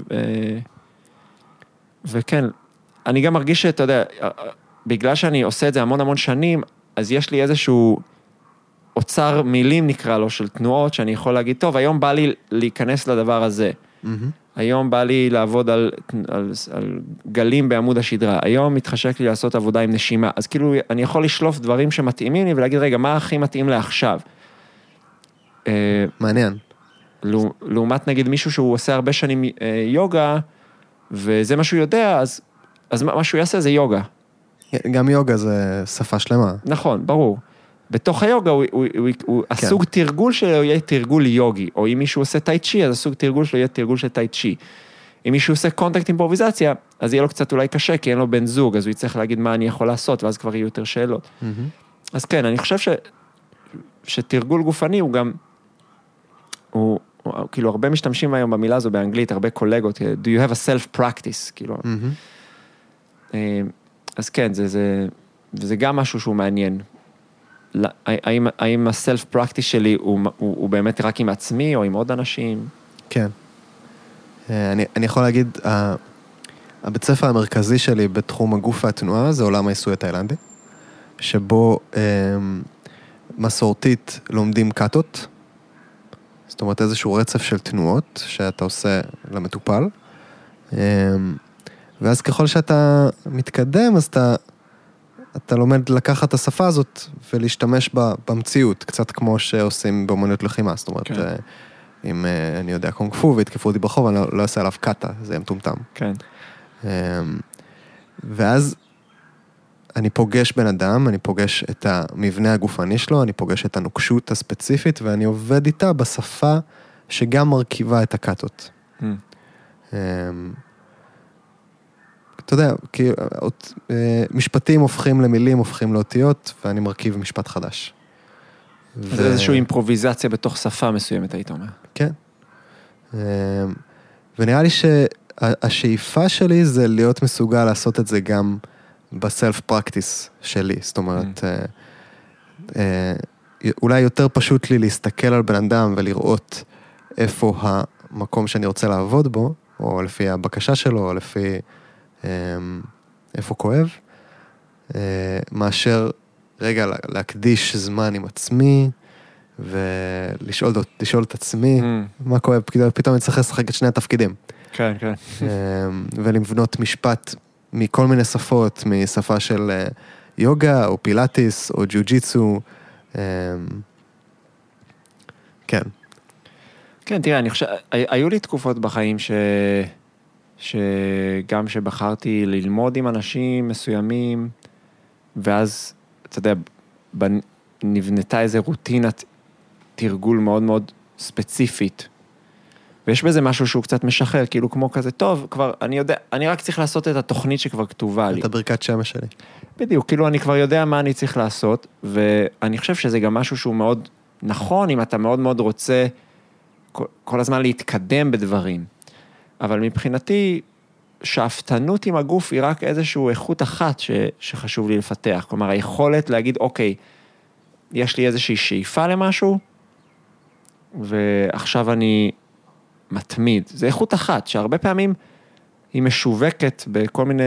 וכן, אני גם מרגיש שאתה יודע, בגלל שאני עושה את זה המון שנים, אז יש לי איזשהו אוצר מילים נקרא לו, של תנועות, שאני יכול להגיד, טוב, היום בא לי להיכנס לדבר הזה. היום בא לי לעבוד על גלים בעמוד השדרה. היום מתחשק לי לעשות עבודה עם נשימה. אז כאילו, אני יכול לשלוף דברים שמתאימים לי, ולהגיד, רגע, מה הכי מתאים לעכשיו? מעניין. לעומת נגיד מישהו שהוא עושה הרבה שנים יוגה, וזה מה שהוא יודע, אז מה שהוא יעשה זה יוגה. גם יוגה זה שפה שלמה. נכון, ברור. בתוך היוגה, הסוג תרגול שלו יהיה תרגול יוגי, או אם מישהו עושה טאי צ'י, אז הסוג תרגול שלו יהיה תרגול של טאי צ'י. אם מישהו עושה קונטקט אימפרוביזציה, אז יהיה לו קצת אולי קשה, כי אין לו בן זוג, אז הוא יצטרך להגיד מה אני יכול לעשות, ואז כבר יהיו יותר שאלות. אז כן, אני חושב שתרגול גופני הוא גם, כאילו הרבה משתמשים היום במילה הזו באנגלית, הרבה קולגות, do you have a self-practice, כאילו. אז כן, זה גם משהו שהוא מעניין. האם ה-self-practice שלי הוא באמת רק עם עצמי, או עם עוד אנשים? כן. אני יכול להגיד, הבית ספר המרכזי שלי בתחום הגוף והתנועה, זה עולם העיסוי התאילנדי, שבו מסורתית לומדים קאטות, זאת אומרת איזשהו רצף של תנועות שאתה עושה למטופל, ואז ככל שאתה מתקדם, אז אתה לומד לקחת את השפה הזאת ולהשתמש בה במציאות, קצת כמו שעושים באמנות לחימה, זאת אומרת, אם אני יודע קונג פו והתקפו אותי ברחוב, אני לא אעשה עליו קאטה, זה יהיה מטומטם. כן. ואז אני פוגש בן אדם, אני פוגש את המבנה הגופני שלו, אני פוגש את הנוקשות הספציפית, ואני עובד איתה בשפה שגם מרכיבה את הקאטות. אתה יודע, כי משפטים הופכים למילים, הופכים לאותיות, ואני מרכיב משפט חדש. זה איזושהי אימפרוביזציה בתוך שפה מסוימת, היית אומר. כן. ונראה לי השאיפה שלי זה להיות מסוגל לעשות את זה גם בסלף פרקטיס שלי, זאת אומרת, אולי יותר פשוט לי להסתכל על בן אדם ולראות איפה המקום שאני רוצה לעבוד בו, או לפי הבקשה שלו, או לפי איפה כואב, מאשר רגע להקדיש זמן עם עצמי, ולשאול את עצמי, מה כואב, פתאום אני צריך לשחק את שני התפקידים. כן, כן. ולבנות משפט מכל מיני שפות, משפה של יוגה, או פילאטיס, או ג'יוג'יצו. כן. כן, תראה, אני חושב, היו לי תקופות בחיים שגם שבחרתי ללמוד עם אנשים מסוימים, ואז, אתה יודע, נבנתה איזו רוטינת תרגול מאוד מאוד ספציפית, ויש בזה משהו שהוא קצת משחרר, כאילו כמו כזה, טוב, כבר, אני יודע, אני רק צריך לעשות את התוכנית שכבר כתובה לי. את הברכת שמש שלי. בדיוק, כאילו אני כבר יודע מה אני צריך לעשות, ואני חושב שזה גם משהו שהוא מאוד נכון, אם אתה מאוד מאוד רוצה כל הזמן להתקדם בדברים. אבל מבחינתי, שאפתנות עם הגוף היא רק איזושהי איכות אחת שחשוב לי לפתח. כלומר, היכולת להגיד, אוקיי, יש לי איזושהי שאיפה למשהו, ועכשיו אני מתמיד. זה איכות אחת, שהרבה פעמים היא משווקת בכל מיני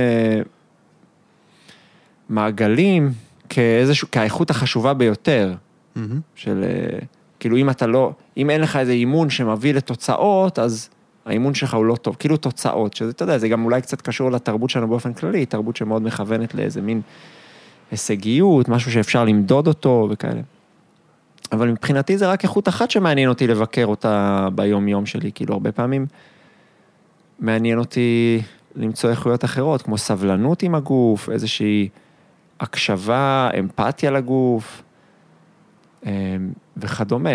מעגלים, כאיכות החשובה ביותר, של, כאילו אם אין לך איזה אימון שמביא לתוצאות, אז האימון שלך הוא לא טוב, כאילו תוצאות, שזה, אתה יודע, זה גם אולי קצת קשור לתרבות שלנו באופן כללי, תרבות שמאוד מכוונת לאיזה מין הישגיות, משהו שאפשר למדוד אותו וכאלה. אבל מבחינתי זה רק איכות אחת שמעניין אותי לבקר אותה ביום יום שלי, כאילו הרבה פעמים מעניין אותי למצוא איכויות אחרות, כמו סבלנות עם הגוף, איזושהי הקשבה, אמפתיה לגוף, וכדומה,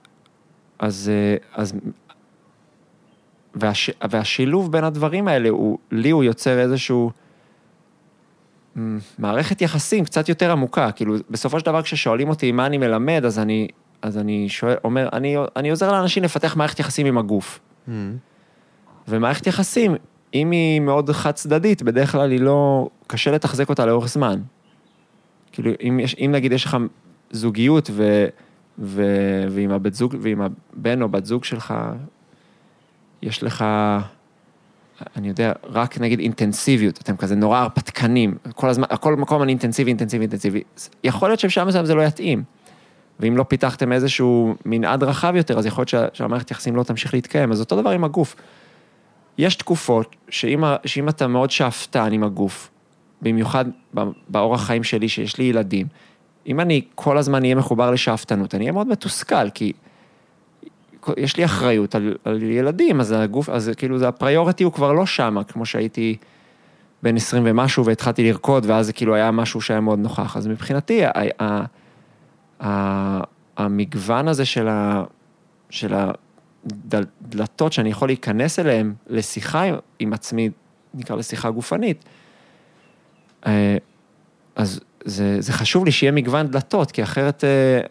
והשילוב בין הדברים האלה, לי הוא יוצר איזשהו מערכת יחסים קצת יותר עמוקה, כאילו בסופו של דבר כששואלים אותי מה אני מלמד, אז אני אומר, אני עוזר לאנשים לפתח מערכת יחסים עם הגוף. ומערכת יחסים, אם היא מאוד חד צדדית, בדרך כלל היא לא, קשה לתחזק אותה לאורך זמן. כאילו אם נגיד יש לך זוגיות ועם הבן זוג, ועם הבן או בת זוג שלך, יש לך, אני יודע, רק נגיד אינטנסיביות, אתם כזה נורא הרפתקנים, כל הזמן, הכל מקום אני אינטנסיבי. יכול להיות שבשעה מסוים זה לא יתאים, ואם לא פיתחתם איזשהו מנעד רחב יותר, אז יכול להיות שהמערכת יחסים לא תמשיך להתקיים, אז אותו דבר עם הגוף. יש תקופות שאם אתה מאוד שאפתן עם הגוף, במיוחד באורח חיים שלי שיש לי ילדים, אם אני כל הזמן אהיה מחובר לשאפתנות, אני אהיה מאוד מתוסכל, כי יש לי אחריות על ילדים, אז הגוף, אז כאילו הפריוריטי הוא כבר לא שם, כמו שהייתי בין 20 ומשהו, והתחלתי לרקוד, ואז זה כאילו היה משהו שהיה מאוד נוכח. אז מבחינתי, המגוון הזה של הדלתות שאני יכול להיכנס אליהם לשיחה עם עצמי, נקרא לשיחה גופנית, אז זה חשוב לי שיהיה מגוון דלתות, כי אחרת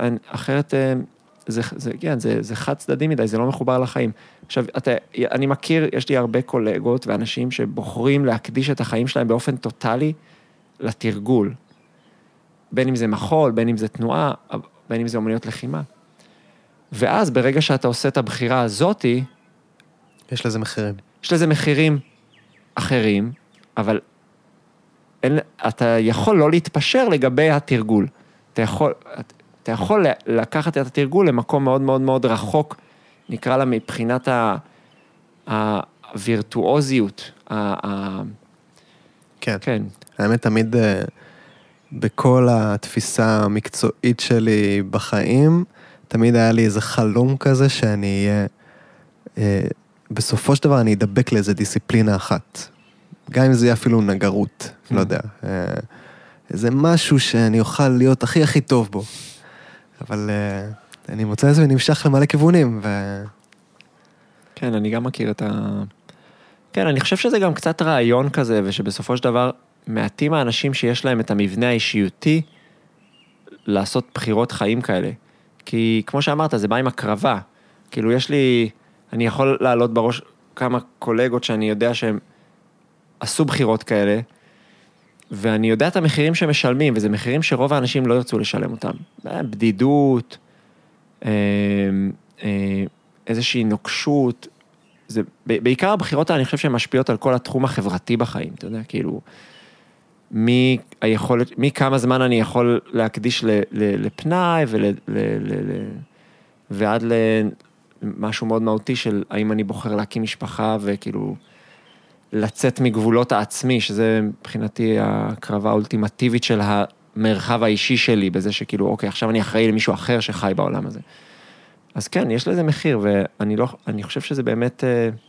זה חד צדדי מדי, זה לא מחובר לחיים. עכשיו, אני מכיר, יש לי הרבה קולגות ואנשים שבוחרים להקדיש את החיים שלהם באופן טוטלי לתרגול. בין אם זה מחול, בין אם זה תנועה, בין אם זה אומנויות לחימה. ואז ברגע שאתה עושה את הבחירה הזאת, יש לזה מחירים. יש לזה מחירים אחרים, אבל אתה יכול לא להתפשר לגבי התרגול. אתה יכול לקחת את התרגול למקום מאוד מאוד מאוד רחוק, נקרא לה מבחינת הווירטואוזיות. כן. כן. האמת תמיד בכל התפיסה המקצועית שלי בחיים, תמיד היה לי איזה חלום כזה שאני אהיה, בסופו של דבר אני אדבק לאיזה דיסציפלינה אחת. גם אם זה יהיה אפילו נגרות, לא יודע. איזה משהו שאני אוכל להיות הכי הכי טוב בו. אבל אני מוצא איזה ונמשך למלא כיוונים. כן, אני גם מכיר כן, אני חושב שזה גם קצת רעיון כזה, ושבסופו של דבר מעטים האנשים שיש להם את המבנה האישיותי לעשות בחירות חיים כאלה. כי כמו שאמרת, זה בא עם הקרבה. כאילו אני יכול לעלות בראש כמה קולגות שאני יודע שהם עשו בחירות כאלה, ואני יודע את המחירים שהם משלמים, וזה מחירים שרוב האנשים לא ירצו לשלם אותם. בדידות, איזושהי נוקשות, זה, בעיקר הבחירות אני חושב שהן משפיעות על כל התחום החברתי בחיים, אתה יודע, כאילו, מכמה זמן אני יכול להקדיש לפנאי, ועד למשהו מאוד מהותי של האם אני בוחר להקים משפחה, וכאילו, לצאת מגבולות העצמי, שזה מבחינתי הקרבה האולטימטיבית של המרחב האישי שלי, בזה שכאילו, אוקיי, עכשיו אני אחראי למישהו אחר שחי בעולם הזה. אז כן, יש לזה מחיר, ואני חושב שזה באמת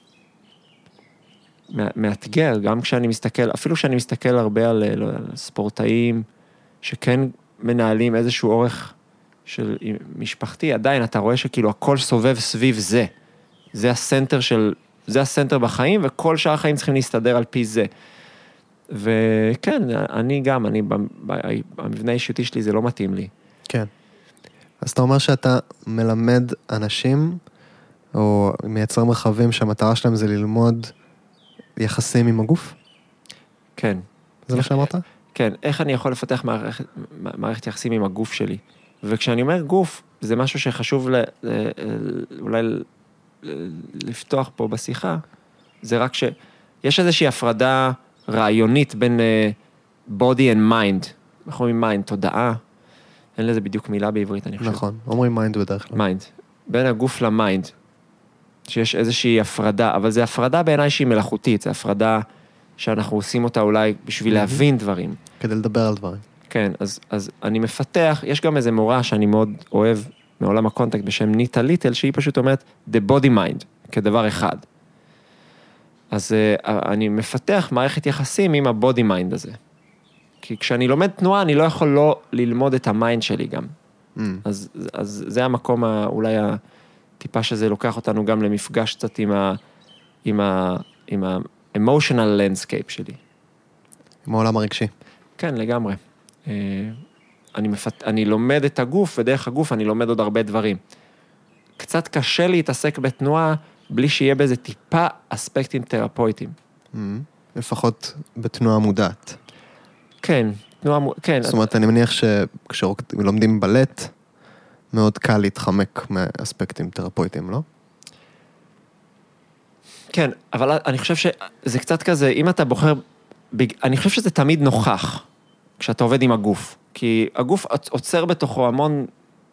מאתגר, גם כשאני מסתכל, אפילו כשאני מסתכל הרבה על ספורטאים, שכן מנהלים איזשהו אורך של משפחתי, עדיין אתה רואה שכאילו הכל סובב סביב זה. זה הסנטר בחיים, וכל שאר החיים צריכים להסתדר על פי זה. וכן, המבנה האישיותי שלי זה לא מתאים לי. כן. אז אתה אומר שאתה מלמד אנשים, או מייצר מרחבים שהמטרה שלהם זה ללמוד יחסים עם הגוף? כן. זה מה שאמרת? כן, איך אני יכול לפתח מערכת יחסים עם הגוף שלי? וכשאני אומר גוף, זה משהו שחשוב אולי לפתוח פה בשיחה, זה רק שיש איזושהי הפרדה רעיונית בין body and mind, אנחנו אומרים mind, תודעה, אין לזה בדיוק מילה בעברית, אני חושב. נכון, אומרים mind בדרך כלל. mind, בין הגוף למיינד, שיש איזושהי הפרדה, אבל זה הפרדה בעיניי שהיא מלאכותית, זה הפרדה שאנחנו עושים אותה אולי בשביל להבין דברים. כדי לדבר על דברים. כן, אז אני מפתח, יש גם איזה מורה שאני מאוד אוהב, מעולם הקונטקט בשם ניטה ליטל, שהיא פשוט אומרת, the body mind, כדבר אחד. אז אני מפתח מערכת יחסים עם ה-body mind הזה. כי כשאני לומד תנועה, אני לא יכול לא ללמוד את המיינד שלי גם. אז זה המקום, אולי הטיפה שזה לוקח אותנו גם למפגש קצת עם ה-emotional landscape שלי. עם העולם הרגשי. כן, לגמרי. אני לומד את הגוף, ודרך הגוף אני לומד עוד הרבה דברים. קצת קשה להתעסק בתנועה, בלי שיהיה באיזה טיפה אספקטים תרפויטיים. לפחות בתנועה מודעת. כן, כן. זאת אומרת, אני מניח שכשלומדים בלט, מאוד קל להתחמק מאספקטים תרפויטיים, לא? כן, אבל אני חושב שזה קצת כזה, אם אתה בוחר, אני חושב שזה תמיד נוכח, כשאתה עובד עם הגוף. כי הגוף עוצר בתוכו המון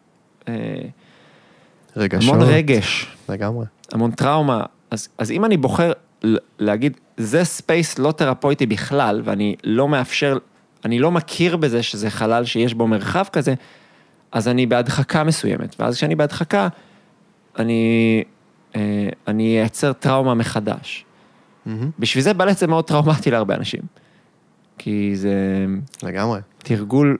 רגש. לגמרי. המון טראומה. אז אם אני בוחר להגיד, זה ספייס לא תרפויטי בכלל, ואני לא מאפשר, אני לא מכיר בזה שזה חלל שיש בו מרחב כזה, אז אני בהדחקה מסוימת. ואז כשאני בהדחקה, אני אייצר טראומה מחדש. בשביל זה בלט זה מאוד טראומטי להרבה אנשים. כי זה לגמרי. תרגול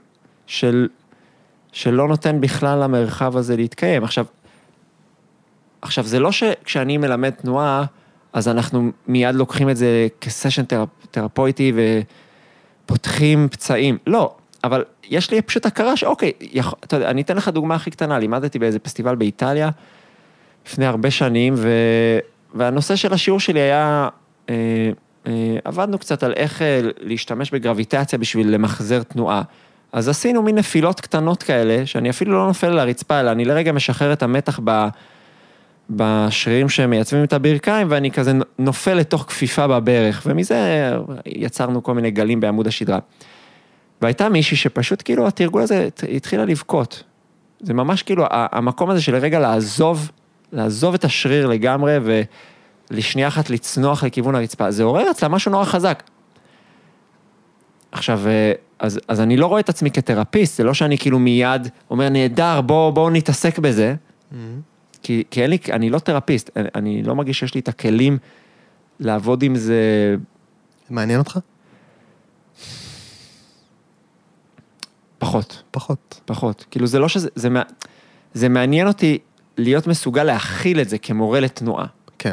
שלא נותן בכלל למרחב הזה להתקיים. עכשיו זה לא שכשאני מלמד תנועה, אז אנחנו מיד לוקחים את זה כסשן תרפויטי ופותחים פצעים. לא, אבל יש לי פשוט הכרה שאוקיי, אתה יודע, אני אתן לך דוגמה הכי קטנה, לימדתי באיזה פסטיבל באיטליה, לפני הרבה שנים, והנושא של השיעור שלי היה, עבדנו קצת על איך להשתמש בגרביטציה בשביל למחזר תנועה. אז עשינו מין נפילות קטנות כאלה, שאני אפילו לא נופל על הרצפה, אלא אני לרגע משחרר את המתח בשרירים שמייצבים את הברכיים, ואני כזה נופל לתוך כפיפה בברך, ומזה יצרנו כל מיני גלים בעמוד השדרה. והייתה מישהי שפשוט כאילו התרגול הזה התחילה לבכות. זה ממש כאילו המקום הזה של רגע לעזוב את השריר לגמרי, ולשנייה אחת לצנוח לכיוון הרצפה. זה עורר אצלה משהו נורא חזק. עכשיו, אז אני לא רואה את עצמי כתרפיסט, זה לא שאני כאילו מיד אומר, נהדר, בואו נתעסק בזה, כי אני לא תרפיסט, אני לא מרגיש שיש לי את הכלים לעבוד עם זה. מעניין אותך? פחות. כאילו זה לא שזה, זה מעניין אותי להיות מסוגל להכיל את זה כמורה לתנועה. כן.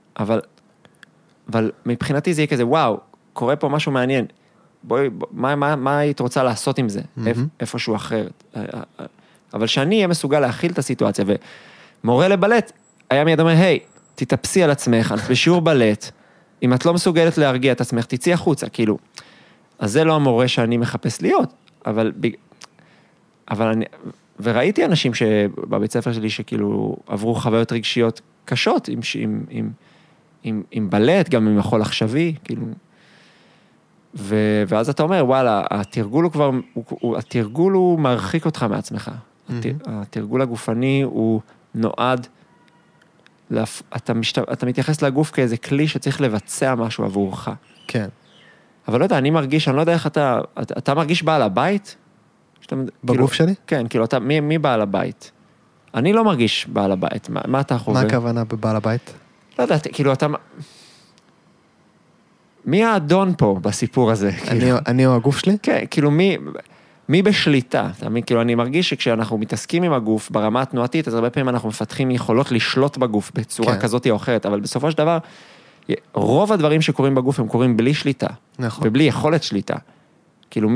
אבל מבחינתי זה יהיה כזה, וואו, קורה פה משהו מעניין. מה היית רוצה לעשות עם זה? איפשהו אחרת. אבל שאני אהיה מסוגל להכיל את הסיטואציה, ומורה לבלט היה מיד אומר, היי, תתאפסי על עצמך, את בשיעור בלט, אם את לא מסוגלת להרגיע את עצמך, תצאי החוצה, כאילו, אז זה לא המורה שאני מחפש להיות, אבל אני, וראיתי אנשים בבית ספר שלי שכאילו עברו חוויות רגשיות קשות עם בלט, גם עם מחול עכשווי, כאילו, ואז אתה אומר, וואלה, התרגול הוא מרחיק אותך מעצמך. התרגול הגופני הוא נועד, אתה מתייחס לגוף כאיזה כלי שצריך לבצע משהו עבורך. כן. אבל לא יודע, אני לא יודע איך אתה מרגיש בעל הבית? בגוף שלי? כן, כאילו, מי בעל הבית? אני לא מרגיש בעל הבית, מה אתה חושב? מה הכוונה בבעל הבית? לא יודע, כאילו, מי האדון פה בסיפור הזה? אני או הגוף שלי? כן, כאילו מי בשליטה? כאילו אני מרגיש שכשאנחנו מתעסקים עם הגוף ברמה התנועתית, אז הרבה פעמים אנחנו מפתחים יכולות לשלוט בגוף בצורה כזאת או אחרת, אבל בסופו של דבר, רוב הדברים שקורים בגוף הם קורים בלי שליטה. נכון. ובלי יכולת שליטה. כאילו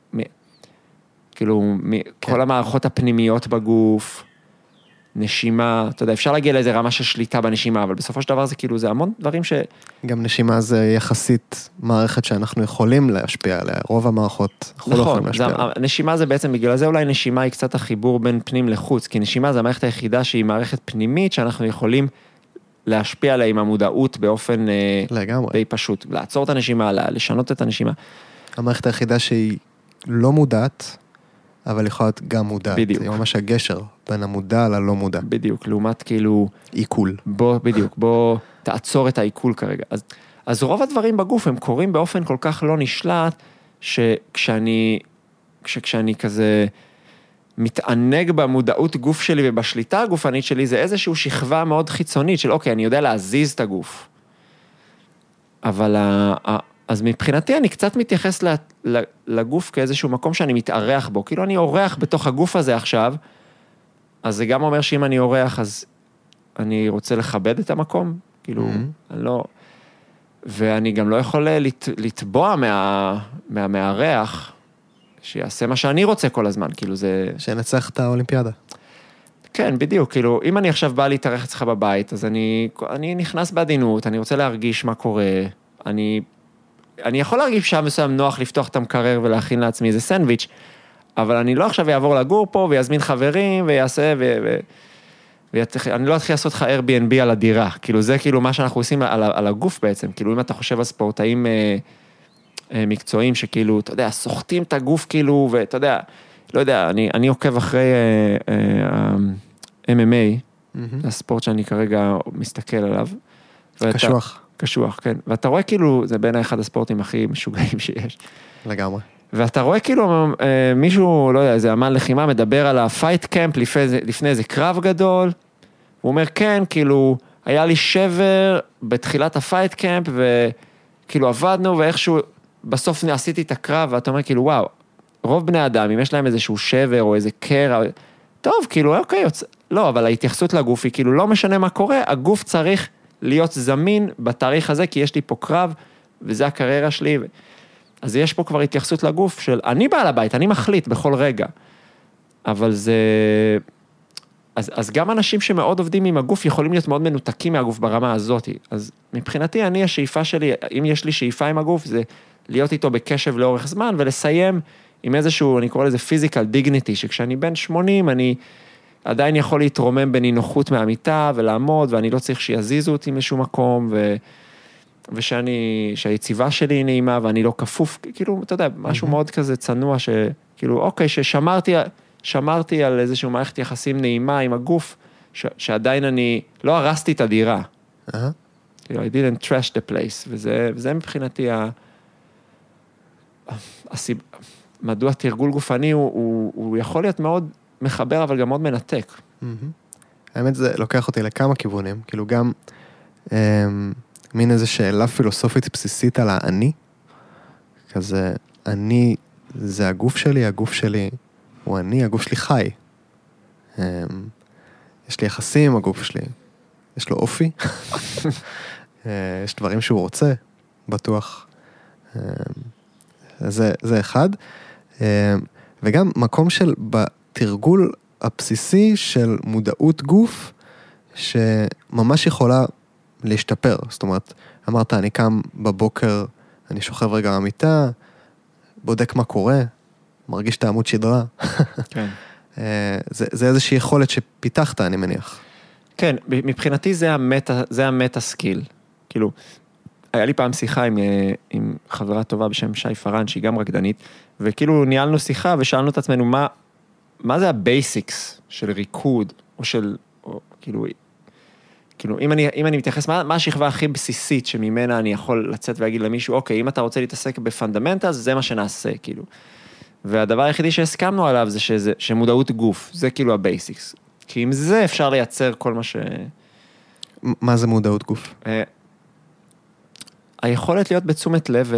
כל המערכות הפנימיות בגוף, נשימה, אתה יודע, אפשר להגיע לאיזה רמה של שליטה בנשימה, אבל בסופו של דבר זה כאילו, זה המון דברים גם נשימה זה יחסית מערכת שאנחנו יכולים להשפיע עליה, רוב המערכות אנחנו לא יכולים להשפיע עליה. נשימה זה בעצם, בגלל זה אולי נשימה היא קצת החיבור בין פנים לחוץ, כי נשימה זה המערכת היחידה שהיא מערכת פנימית, שאנחנו יכולים להשפיע עליה עם המודעות באופן די פשוט, לעצור את הנשימה, לשנות את הנשימה. המערכת היחידה שהיא לא מודעת, אבל יכולה להיות גם מודעת. בדיוק. זה ממש הגשר בין המודע ללא מודע. בדיוק, לעומת כאילו... עיכול. בוא תעצור את העיכול כרגע. אז רוב הדברים בגוף הם קורים באופן כל כך לא נשלט, שכשאני כזה מתענג במודעות גוף שלי ובשליטה הגופנית שלי, זה איזושהי שכבה מאוד חיצונית של אוקיי, אני יודע להזיז את הגוף. אבל אז מבחינתי אני קצת מתייחס לגוף כאיזשהו מקום שאני מתארח בו, כאילו אני אורח בתוך הגוף הזה עכשיו, אז זה גם אומר שאם אני אורח, אז אני רוצה לכבד את המקום, כאילו, אני לא, ואני גם לא יכול לתבוע מהמארח, שיעשה מה שאני רוצה כל הזמן, כאילו זה... שנצח את האולימפיאדה. כן, בדיוק, כאילו, אם אני עכשיו בא להתארח אצלך בבית, אז אני נכנס בעדינות, אני רוצה להרגיש מה קורה, אני יכול להרגיש שם מסוים נוח לפתוח את המקרר ולהכין לעצמי איזה סנדוויץ', אבל אני לא עכשיו אעבור לגור פה ויזמין חברים ויעשה אני לא אתחיל לעשות לך Airbnb על הדירה, כאילו זה כאילו מה שאנחנו עושים על הגוף בעצם, כאילו אם אתה חושב על ספורטאים מקצועיים שכאילו, אתה יודע, סוחטים את הגוף כאילו, ואתה יודע, לא יודע, אני עוקב אחרי MMA, הספורט שאני כרגע מסתכל עליו. קשוח. קשוח, כן. ואתה רואה כאילו, זה בין אחד הספורטים הכי משוגעים שיש. לגמרי. ואתה רואה כאילו מישהו, לא יודע, איזה אמן לחימה מדבר על הפייט קמפ לפני איזה קרב גדול, הוא אומר, כן, כאילו, היה לי שבר בתחילת הפייט קמפ, וכאילו עבדנו, ואיכשהו בסוף עשיתי את הקרב, ואתה אומר כאילו, וואו, רוב בני אדם, אם יש להם איזשהו שבר או איזה קרע, טוב, כאילו, אוקיי, לא, אבל ההתייחסות לגוף היא כאילו, לא משנה מה קורה, הגוף צריך להיות זמין בתאריך הזה, כי יש לי פה קרב, וזה הקריירה שלי, אז יש פה כבר התייחסות לגוף של, אני בעל הבית, אני מחליט בכל רגע, אבל זה, אז גם אנשים שמאוד עובדים עם הגוף, יכולים להיות מאוד מנותקים מהגוף ברמה הזאת, אז מבחינתי, השאיפה שלי, אם יש לי שאיפה עם הגוף, זה להיות איתו בקשב לאורך זמן, ולסיים עם איזשהו, אני קורא לזה physical dignity, שכשאני בן 80, אני עדיין יכול להתרומם בנינוחות מהמיטה, ולעמוד, ואני לא צריך שיזיזו אותי משהו מקום, שהיציבה שלי היא נעימה, ואני לא כפוף, כאילו, אתה יודע, משהו מאוד כזה צנוע, שכאילו, אוקיי, ששמרתי על איזשהו מערכת יחסים נעימה עם הגוף, שעדיין אני לא הרסתי את הדירה. כאילו, I didn't trash the place, וזה מבחינתי מדוע תרגול גופני הוא יכול להיות מאוד מחבר, אבל גם מאוד מנתק. האמת זה לוקח אותי לכמה כיוונים, כאילו גם מין איזו שאלה פילוסופית בסיסית על האני, כזה, אני זה הגוף שלי, הגוף שלי הוא אני, הגוף שלי חי. יש לי יחסים, הגוף שלי, יש לו אופי, יש דברים שהוא רוצה, בטוח. זה אחד. וגם מקום של בתרגול הבסיסי של מודעות גוף, שממש יכולה להשתפר. זאת אומרת, אמרת, אני קם בבוקר, אני שוכב רגע במיטה, בודק מה קורה, מרגיש את העמוד שדרה. כן. זה איזושהי יכולת שפיתחת, אני מניח. כן, מבחינתי זה המטה סקיל. כאילו, היה לי פעם שיחה עם חברה טובה בשם שי פרן, שהיא גם רקדנית, וכאילו ניהלנו שיחה ושאלנו את עצמנו, מה זה הבייסיקס של ריקוד, או של, או, כאילו, אם אני מתייחס, מה השכבה הכי בסיסית שממנה אני יכול לצאת ולהגיד למישהו, אוקיי, אם אתה רוצה להתעסק בפונדמנטל, זה מה שנעשה, כאילו. והדבר היחידי שהסכמנו עליו זה שמודעות גוף, זה כאילו הבייסיקס. כי עם זה אפשר לייצר כל מה ש... מה זה מודעות גוף? היכולת להיות בתשומת לב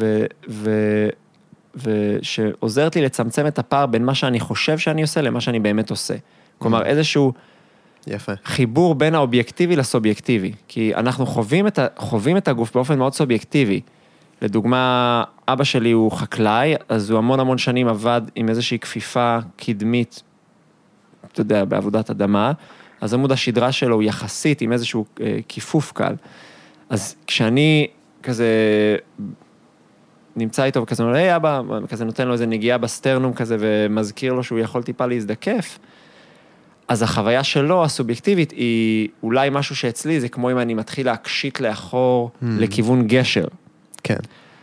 ושעוזרת לי לצמצם את הפער בין מה שאני חושב שאני עושה למה שאני באמת עושה. כלומר, איזשהו יפה. חיבור בין האובייקטיבי לסובייקטיבי. כי אנחנו חווים את הגוף באופן מאוד סובייקטיבי. לדוגמה, אבא שלי הוא חקלאי, אז הוא המון שנים עבד עם איזושהי כפיפה קדמית, אתה יודע, בעבודת אדמה, אז עמוד השדרה שלו הוא יחסית עם איזשהו כיפוף קל. אז כשאני כזה נמצא איתו וכזה, היי אבא, כזה נותן לו איזה נגיעה בסטרנום כזה, ומזכיר לו שהוא יכול טיפה להזדקף, אז החוויה שלו, הסובייקטיבית, היא אולי משהו שאצלי, זה כמו אם אני מתחיל להקשיט לאחור לכיוון גשר. כן.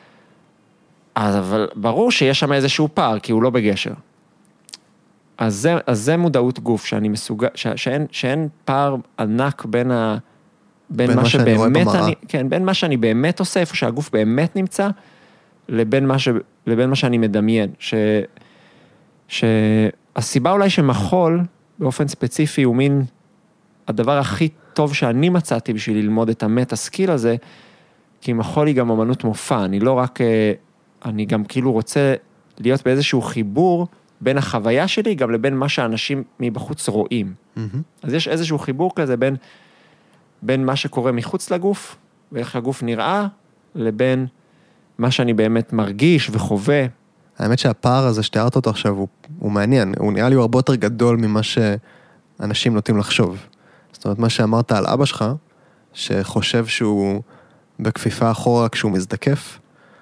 אבל ברור שיש שם איזשהו פער, כי הוא לא בגשר. אז זה מודעות גוף, שאני מסוגל, שאין פער ענק בין מה שבאמת אני, כן, בין מה שאני באמת עושה, איפה שהגוף באמת נמצא, לבין מה שאני מדמיין. שהסיבה אולי שמחול, באופן ספציפי, הוא מין הדבר הכי טוב שאני מצאתי בשביל ללמוד את המטה סקיל הזה, כי מחול היא גם אמנות מופע, אני לא רק, אני גם כאילו רוצה להיות באיזשהו חיבור בין החוויה שלי, גם לבין מה שאנשים מבחוץ רואים. אז יש איזשהו חיבור כזה בין מה שקורה מחוץ לגוף, ואיך הגוף נראה, לבין מה שאני באמת מרגיש וחווה. האמת שהפער הזה שתיארת אותו עכשיו, הוא מעניין, הוא נראה לי הרבה יותר גדול ממה שאנשים נוטים לחשוב. זאת אומרת, מה שאמרת על אבא שלך, שחושב שהוא בכפיפה אחורה כשהוא מזדקף,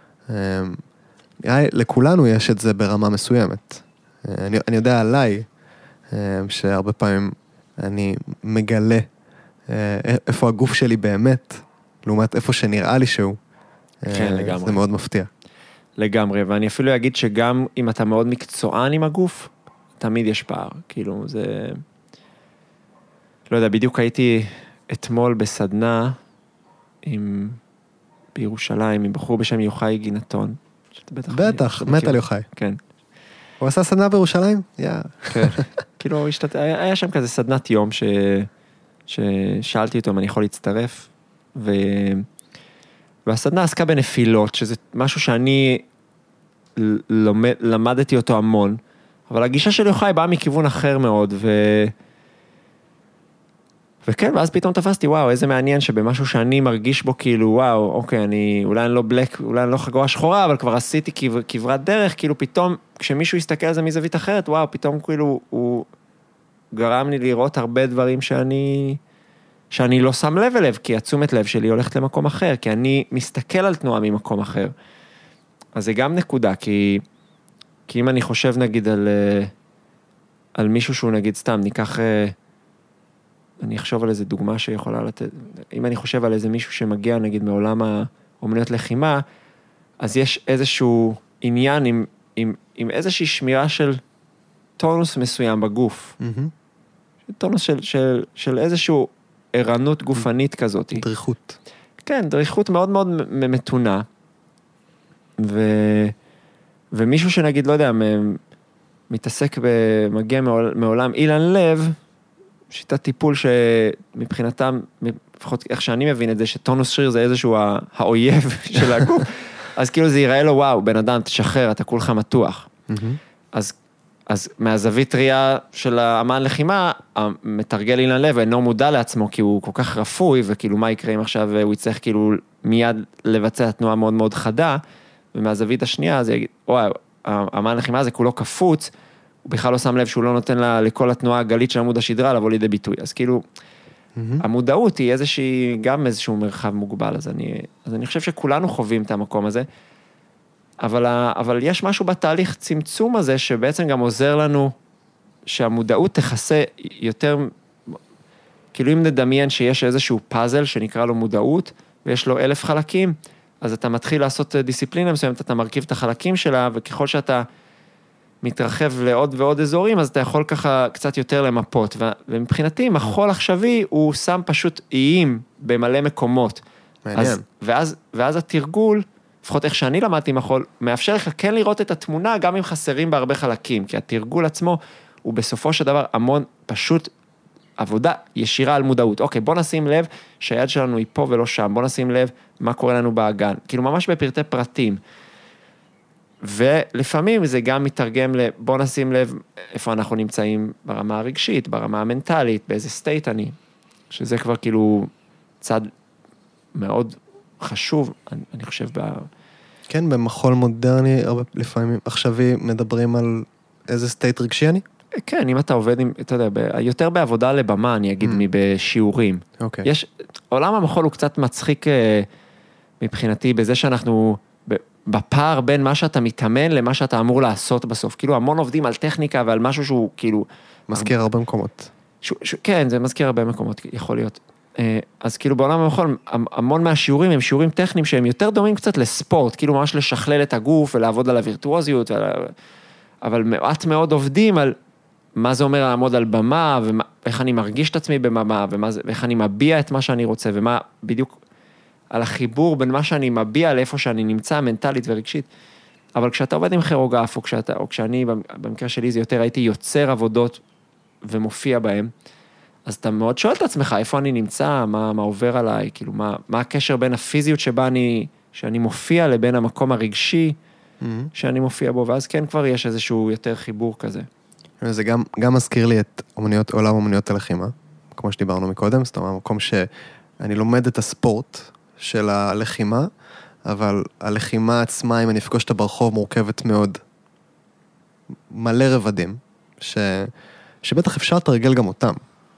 לכולנו יש את זה ברמה מסוימת. אני יודע עליי, שהרבה פעמים אני מגלה איפה הגוף שלי באמת, לעומת איפה שנראה לי שהוא. כן, לגמרי. זה מאוד מפתיע. לגמרי, ואני אפילו אגיד שגם אם אתה מאוד מקצוען עם הגוף, תמיד יש פער. כאילו, זה... לא יודע, בדיוק הייתי אתמול בסדנה בירושלים, עם בחור בשם יוחאי גינתון. בטח, מת על יוחאי. כן. הוא עשה סדנה בירושלים? כן. כאילו, היה שם כזה סדנת יום ששאלתי אותו אם אני יכול להצטרף, והסדנה עסקה בנפילות, שזה משהו שאני למדתי אותו המון, אבל הגישה של יוחאי באה מכיוון אחר מאוד, וכן, ואז פתאום תפסתי, וואו, איזה מעניין שבמשהו שאני מרגיש בו כאילו, וואו, אוקיי, אולי אני לא בלק, אולי אני לא חגורה שחורה, אבל כבר עשיתי כברת דרך, כאילו פתאום, כשמישהו יסתכל על זה מזווית אחרת, וואו, פתאום כאילו, הוא גרם לי לראות הרבה דברים שאני לא שם לב אליו, כי התשומת לב שלי הולכת למקום אחר, כי אני מסתכל על תנועה ממקום אחר. אז זה גם נקודה, כי אם אני חושב נגיד על מישהו שהוא נגיד סתם, אני אחשוב על איזה דוגמה שיכולה לתת, אם אני חושב על איזה מישהו שמגיע נגיד מעולם האומנויות לחימה, אז יש איזשהו עניין עם איזושהי שמירה של טונוס מסוים בגוף. טונוס של איזשהו ערנות גופנית כזאת. דריכות. כן, דריכות מאוד מאוד מתונה. ומישהו שנגיד, לא יודע, מתעסק מגיע מעולם אילן לב, שיטת טיפול שמבחינתם, לפחות איך שאני מבין את זה, שטונוס שריר זה איזשהו האויב של הגוף, אז כאילו זה ייראה לו, וואו, בן אדם, תשחרר, אתה כולך מתוח. אז מהזווית ראייה של האמן לחימה, המתרגל אילן לב אינו מודע לעצמו, כי הוא כל כך רפוי, וכאילו מה יקרה אם עכשיו הוא יצטרך כאילו מיד לבצע תנועה מאוד מאוד חדה, ומהזווית השנייה, זה יגיד, וואו, האמן לחימה זה כולו קפוץ, הוא בכלל לא שם לב שהוא לא נותן לכל התנועה הגלית של עמוד השדרה לבוא לידי ביטוי. אז כאילו, המודעות היא גם איזשהו מרחב מוגבל, אז אני חושב שכולנו חווים את המקום הזה, אבל יש משהו בתהליך צמצום הזה, שבעצם גם עוזר לנו, שהמודעות תכסה יותר, כאילו אם נדמיין שיש איזשהו פאזל שנקרא לו מודעות, ויש לו 1,000 חלקים, אז אתה מתחיל לעשות דיסציפלינה מסוימת, אתה מרכיב את החלקים שלה, וככל שאתה מתרחב לעוד ועוד אזורים, אז אתה יכול ככה קצת יותר למפות, ומבחינתי, מחול עכשווי, הוא שם פשוט איים במלא מקומות. מעניין. ואז התרגול, לפחות איך שאני למדתי מחול, מאפשר לך כן לראות את התמונה, גם אם חסרים בה הרבה חלקים, כי התרגול עצמו, הוא בסופו של דבר המון פשוט עבודה ישירה על מודעות. אוקיי, בוא נשים לב שהיד שלנו היא פה ולא שם, בוא נשים לב מה קורה לנו באגן, כאילו ממש בפרטי פרטים. ולפעמים זה גם מתרגם בוא נשים לב איפה אנחנו נמצאים ברמה הרגשית, ברמה המנטלית, באיזה סטייט אני, שזה כבר כאילו צד מאוד חשוב, אני חושב כן, במחול מודרני, לפעמים עכשווי מדברים על איזה סטייט רגשי אני? כן, אם אתה עובד עם, אתה יודע, יותר בעבודה לבמה, אני אגיד, מבשיעורים. אוקיי. עולם המחול הוא קצת מצחיק מבחינתי, בזה שאנחנו בפער בין מה שאתה מתאמן למה שאתה אמור לעשות בסוף. כאילו המון עובדים על טכניקה ועל משהו שהוא כאילו... מזכיר הרבה מקומות. כן, זה מזכיר הרבה מקומות, יכול להיות. אז כאילו בעולם המחול, המון מהשיעורים הם שיעורים טכניים שהם יותר דומים קצת לספורט, כאילו ממש לשכלל את הגוף ולעבוד על הווירטואוזיות, אבל מעט מאוד עובדים על מה זה אומר לעמוד על במה, ואיך אני מרגיש את עצמי בבמה, ואיך אני מביע את מה שאני רוצה, ומה בדיוק על החיבור בין מה שאני מביע לאיפה שאני נמצא, מנטלית ורגשית. אבל כשאתה עובד עם כירוגרף, או כשאני, במקרה שלי זה יותר, הייתי יוצר עבודות ומופיע בהם, אז אתה מאוד שואל את עצמך, איפה אני נמצא, מה עובר עליי, כאילו, מה הקשר בין הפיזיות שאני מופיע לבין המקום הרגשי שאני מופיע בו, ואז כן כבר יש איזשהו יותר חיבור כזה. זה גם מזכיר לי את עולם אומנויות הלחימה, כמו שדיברנו מקודם, זאת אומרת, המקום שאני לומד את הספורט של הלחימה, אבל הלחימה עצמה, אם אני אפגוש אותה ברחוב, מורכבת מאוד, מלא רבדים, שבטח אפשר לתרגל גם אותם.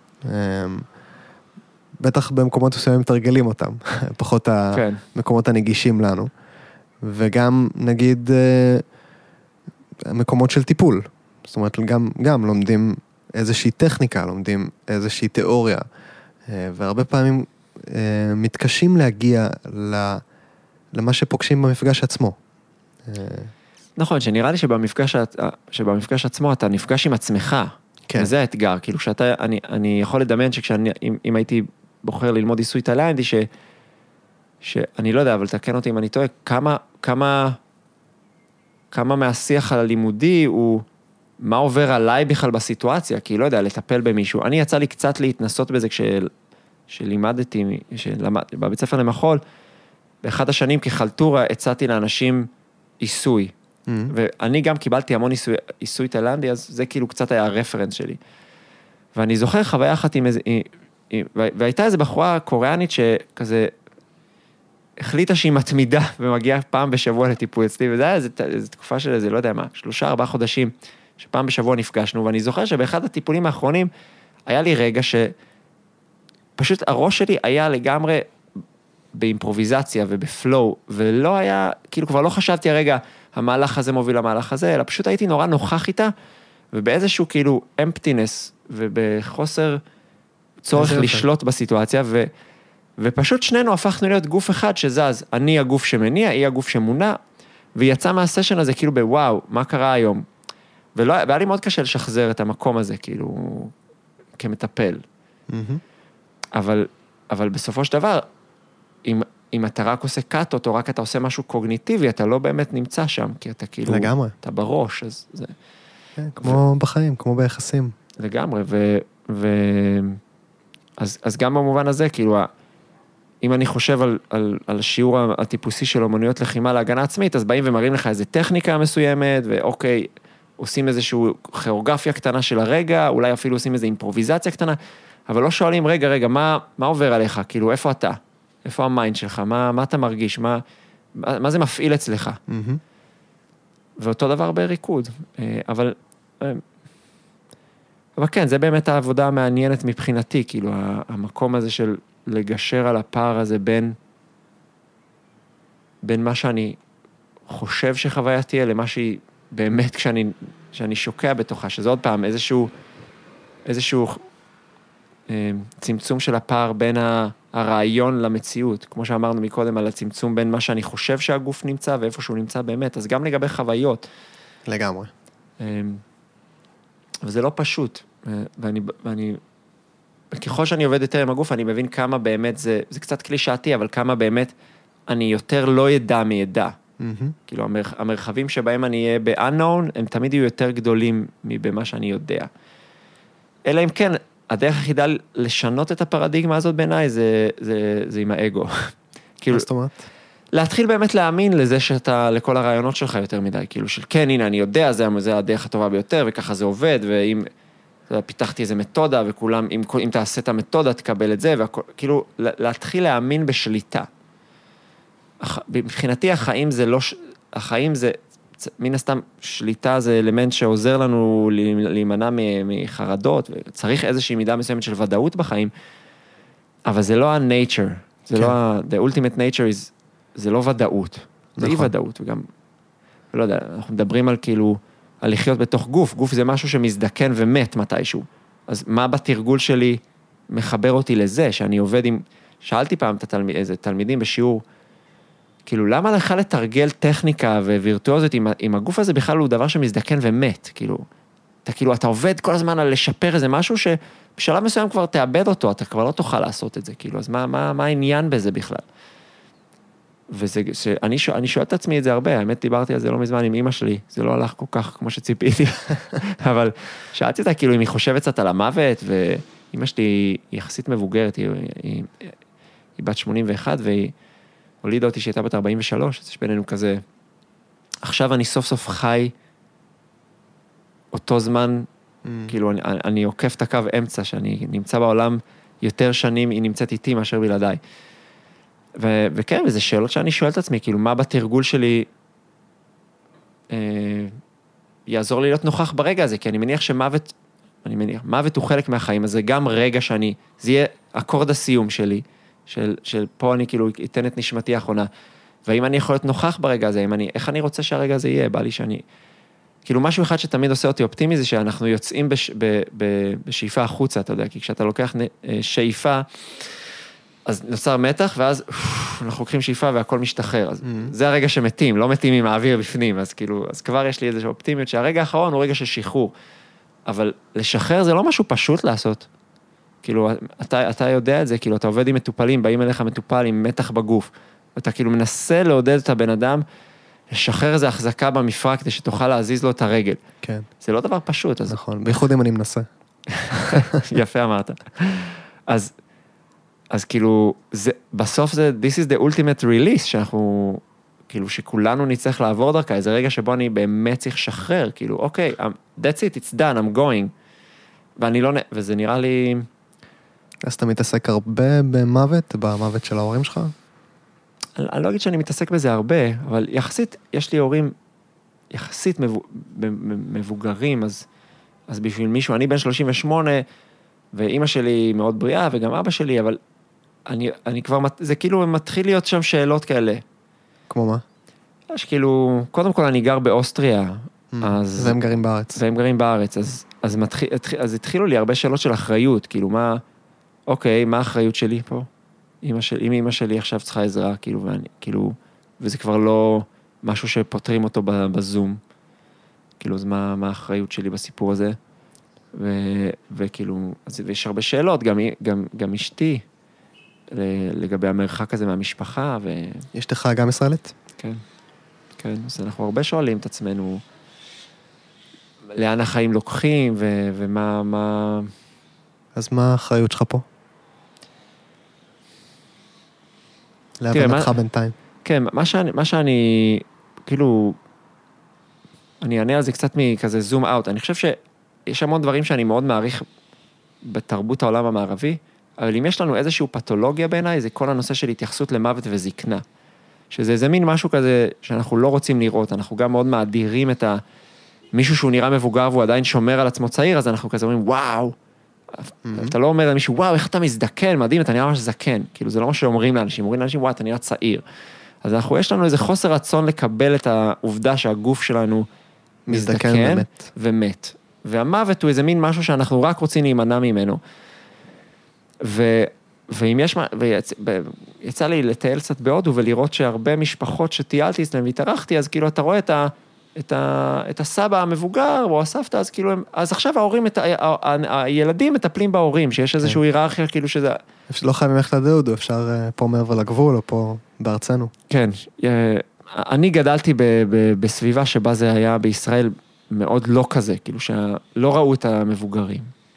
בטח במקומות מסוימים תרגלים אותם, פחות המקומות הנגישים לנו. וגם, נגיד, מקומות של טיפול. זאת אומרת, גם לומדים איזושהי טכניקה, לומדים איזושהי תיאוריה, והרבה פעמים מתקשים להגיע למה שפוגשים במפגש עצמו. נכון, שנראה לי שבמפגש עצמו אתה נפגש עם עצמך. כן. וזה האתגר, כאילו אני יכול לדמיין אם הייתי בוחר ללמוד עיסוי תאילנדי, שאני לא יודע, אבל תקן אותי אם אני טועה, כמה מהשיח הלימודי הוא, מה עובר עליי בכלל בסיטואציה, כי לא יודע, לטפל במישהו. אני יצא לי קצת להתנסות בזה כשלימדתי, בבית ספר למחול, באחד השנים כחלטורה הצעתי לאנשים עיסוי, ואני גם קיבלתי המון עיסוי תאילנדי, אז זה כאילו קצת היה הרפרנס שלי. ואני זוכר חוויה אחת והייתה איזו בחורה קוריאנית שכזה החליטה שהיא מתמידה ומגיעה פעם בשבוע לטיפול אצלי, וזה היה איזו תקופה של איזה, לא יודע מה, 3-4 חודשים, שפעם בשבוע נפגשנו, ואני זוכר שבאחד הטיפולים האחרונים היה לי רגע שפשוט הראש שלי היה לגמרי באימפרוביזציה ובפלואו, ולא היה, כאילו כבר לא חשבתי הרגע, המהלך הזה מוביל למהלך הזה, אלא פשוט הייתי נורא נוכח איתה, ובאיזשהו כאילו אמפטינס, ובחוסר צורך לשלוט בסיטואציה, ופשוט שנינו הפכנו להיות גוף אחד שזז, אני הגוף שמניע, היא הגוף שמונע, ויצא מהסשן הזה כאילו בוואו, מה קרה היום? והיה לי מאוד קשה לשחזר את המקום הזה, כאילו, כמטפל. אבל בסופו של דבר, אם אתה רק עושה קאטות, או רק אתה עושה משהו קוגניטיבי, אתה לא באמת נמצא שם, כי אתה כאילו, לגמרי. אתה בראש, אז זה... כן, כמו בחיים, כמו ביחסים. לגמרי, אז גם במובן הזה, כאילו, אם אני חושב על שיעור הטיפוסי של אומנויות לחימה להגנה עצמית, אז באים ומראים לך איזו טכניקה מסוימת, ואוקיי, עושים איזושהי כירוגרפיה קטנה של הרגע, אולי אפילו עושים איזו אימפרוביזציה קטנה, אבל לא שואלים, רגע, מה עובר עליך? כאילו, איפה אתה? איפה המיינד שלך? מה אתה מרגיש? מה זה מפעיל אצלך? ואותו דבר בריקוד. אבל אבל כן, זה באמת העבודה המעניינת מבחינתי, כאילו, המקום הזה של לגשר על הפער הזה בין מה שאני חושב שחוויה תהיה, למה שהיא באמת כשאני שוקע בתוכה, שזה עוד פעם איזשהו צמצום של הפער בין הרעיון למציאות, כמו שאמרנו מקודם על הצמצום בין מה שאני חושב שהגוף נמצא ואיפה שהוא נמצא באמת, אז גם לגבי חוויות. לגמרי. וזה לא פשוט, ואני ככל שאני עובד יותר עם הגוף, אני מבין כמה באמת, זה קצת קלישאתי, אבל כמה באמת אני יותר לא ידע מידע. כאילו, המרחבים שבהם אני אהיה ב-unknown, הם תמיד יהיו יותר גדולים מבמה שאני יודע. אלא אם כן, הדרך היחידה לשנות את הפרדיגמה הזאת בעיניי, זה עם האגו. מה זאת אומרת? להתחיל באמת להאמין לזה שאתה, לכל הרעיונות שלך יותר מדי, כאילו של כן, הנה, אני יודע, זה הדרך הטובה ביותר, וככה זה עובד, ואם פיתחתי איזה מתודה, וכולם, אם תעשה את המתודה, תקבל את זה, כאילו, להתחיל להאמין בשליטה. מבחינתי, החיים זה, מן הסתם, שליטה זה אלמנט שעוזר לנו להימנע מחרדות, וצריך איזושהי מידה מסוימת של ודאות בחיים, אבל זה לא ה-nature, זה לא the ultimate nature is, זה לא ודאות, זה אי ודאות, וגם, לא יודע, אנחנו מדברים על כאילו, על לחיות בתוך גוף, גוף זה משהו שמזדקן ומת מתישהו, אז מה בתרגול שלי מחבר אותי לזה, שאני עובד עם, שאלתי פעם איזה תלמידים בשיעור, כאילו, למה לך לתרגל טכניקה ווירטואוזית עם הגוף הזה בכלל הוא דבר שמזדקן ומת, כאילו, אתה עובד כל הזמן על לשפר איזה משהו שבשלב מסוים כבר תאבד אותו, אתה כבר לא תוכל לעשות את זה, כאילו, אז מה העניין בזה בכלל? וזה, אני שואל את עצמי את זה הרבה, האמת דיברתי על זה לא מזמן עם אמא שלי, זה לא הלך כל כך כמו שציפיתי, אבל שאלתי אותה, כאילו, אם היא חושבת קצת על המוות, ואמא שלי היא יחסית מבוגרת, היא בת 81, והיא הולידה אותי שהייתה בת 43, אז יש בינינו כזה, עכשיו אני סוף סוף חי אותו זמן, כאילו אני עוקף את הקו אמצע, שאני נמצא בעולם יותר שנים, היא נמצאת איתי מאשר בלעדיי. וכן, וזה שאלות שאני שואל את עצמי, כאילו מה בתרגול שלי יעזור לי להיות נוכח ברגע הזה, כי אני מניח מוות הוא חלק מהחיים, אז זה גם רגע זה יהיה אקורד הסיום שלי, של פה אני כאילו אתן את נשמתי האחרונה, והאם אני יכול להיות נוכח ברגע הזה, איך אני רוצה שהרגע הזה יהיה, בא לי כאילו משהו אחד שתמיד עושה אותי אופטימי, זה שאנחנו יוצאים בשאיפה החוצה, אתה יודע, כי כשאתה לוקח שאיפה, אז נוצר מתח, ואז אנחנו לוקחים שאיפה והכל משתחרר, אז זה הרגע שמתים, לא מתים עם האוויר בפנים, אז כאילו, אז כבר יש לי איזושהי אופטימיות, שהרגע האחרון הוא רגע של שחרור, אבל לשחרר זה לא משהו פשוט לעשות, כאילו, אתה יודע את זה, כאילו, אתה עובד עם מטופלים, באים אליך מטופל עם מתח בגוף, ואתה כאילו מנסה לעודד את הבן אדם, לשחרר איזו החזקה במפרק, כדי שתוכל להזיז לו את הרגל. כן. זה לא דבר פשוט. נכון, בייחוד אם אני מנסה. יפה אמרת. אז כאילו, בסוף זה, this is the ultimate release, שאנחנו, כאילו, שכולנו נצטרך לעבור דרכה, איזה רגע שבו אני באמת צריך לשחרר, כאילו, אוקיי, that's it, it's done, I'm going. וזה נראה לי... אז אתה מתעסק הרבה במוות של ההורים שלך? אני לא אגיד שאני מתעסק בזה הרבה, אבל יחסית, יש לי הורים יחסית מבוגרים, אז בשביל מישהו, אני בן 38, ואימא שלי מאוד בריאה, וגם אבא שלי, אבל אני כבר, זה כאילו מתחיל להיות שם שאלות כאלה. כמו מה? יש כאילו, קודם כל אני גר באוסטריה, אז... והם גרים בארץ. והם גרים בארץ, אז התחילו לי הרבה שאלות של אחריות, כאילו מה, אוקיי, מה האחריות שלי פה? אם אמא שלי עכשיו צריכה עזרה, כאילו, וזה כבר לא משהו שפותרים אותו בזום, כאילו, אז מה האחריות שלי בסיפור הזה? וכאילו, אז יש הרבה שאלות, גם אשתי, לגבי המרחק הזה מהמשפחה, יש לך גם ישראלית? כן, כן, אז אנחנו הרבה שואלים את עצמנו, לאן החיים לוקחים, ומה... אז מה האחריות שלך פה? להבנתך בינתיים. כן, מה שאני, כאילו, אני אענה על זה קצת מכזה זום אאוט, אני חושב שיש המון דברים שאני מאוד מעריך בתרבות העולם המערבי, אבל אם יש לנו איזושהי פתולוגיה בעיניי, זה כל הנושא של התייחסות למוות וזקנה, שזה איזה מין משהו כזה שאנחנו לא רוצים לראות, אנחנו גם מאוד מאדירים מישהו שהוא נראה מבוגר והוא עדיין שומר על עצמו צעיר, אז אנחנו כזה אומרים, וואו, אתה לא אומר למישהו, וואו, איך אתה מזדקן, מדהים, אתה נראה ממש זקן, כאילו זה לא מה שאומרים לאנשים, אומרים לאנשים, וואו, אתה נראה צעיר. אז יש לנו איזה חוסר רצון לקבל את העובדה שהגוף שלנו מזדקן ומת. והמוות הוא איזה מין משהו שאנחנו רק רוצים להימנע ממנו. ואם יש, ויצא לי לטייל קצת בהודו ולראות שהרבה משפחות שטיילתי אצלם והתארחתי, אז כאילו אתה רואה את הסבא המבוגר או הסבתא, אז כאילו אז עכשיו ההורים, הילדים מטפלים בהורים, שיש איזושהי היררכיה כאילו שזה... לא חייבים ללכת להודו, אפשר פה מעבר לגבול או פה בארצנו. כן, אני גדלתי בסביבה שבה זה היה בישראל מאוד לא כזה, כאילו שלא ראו את המבוגרים.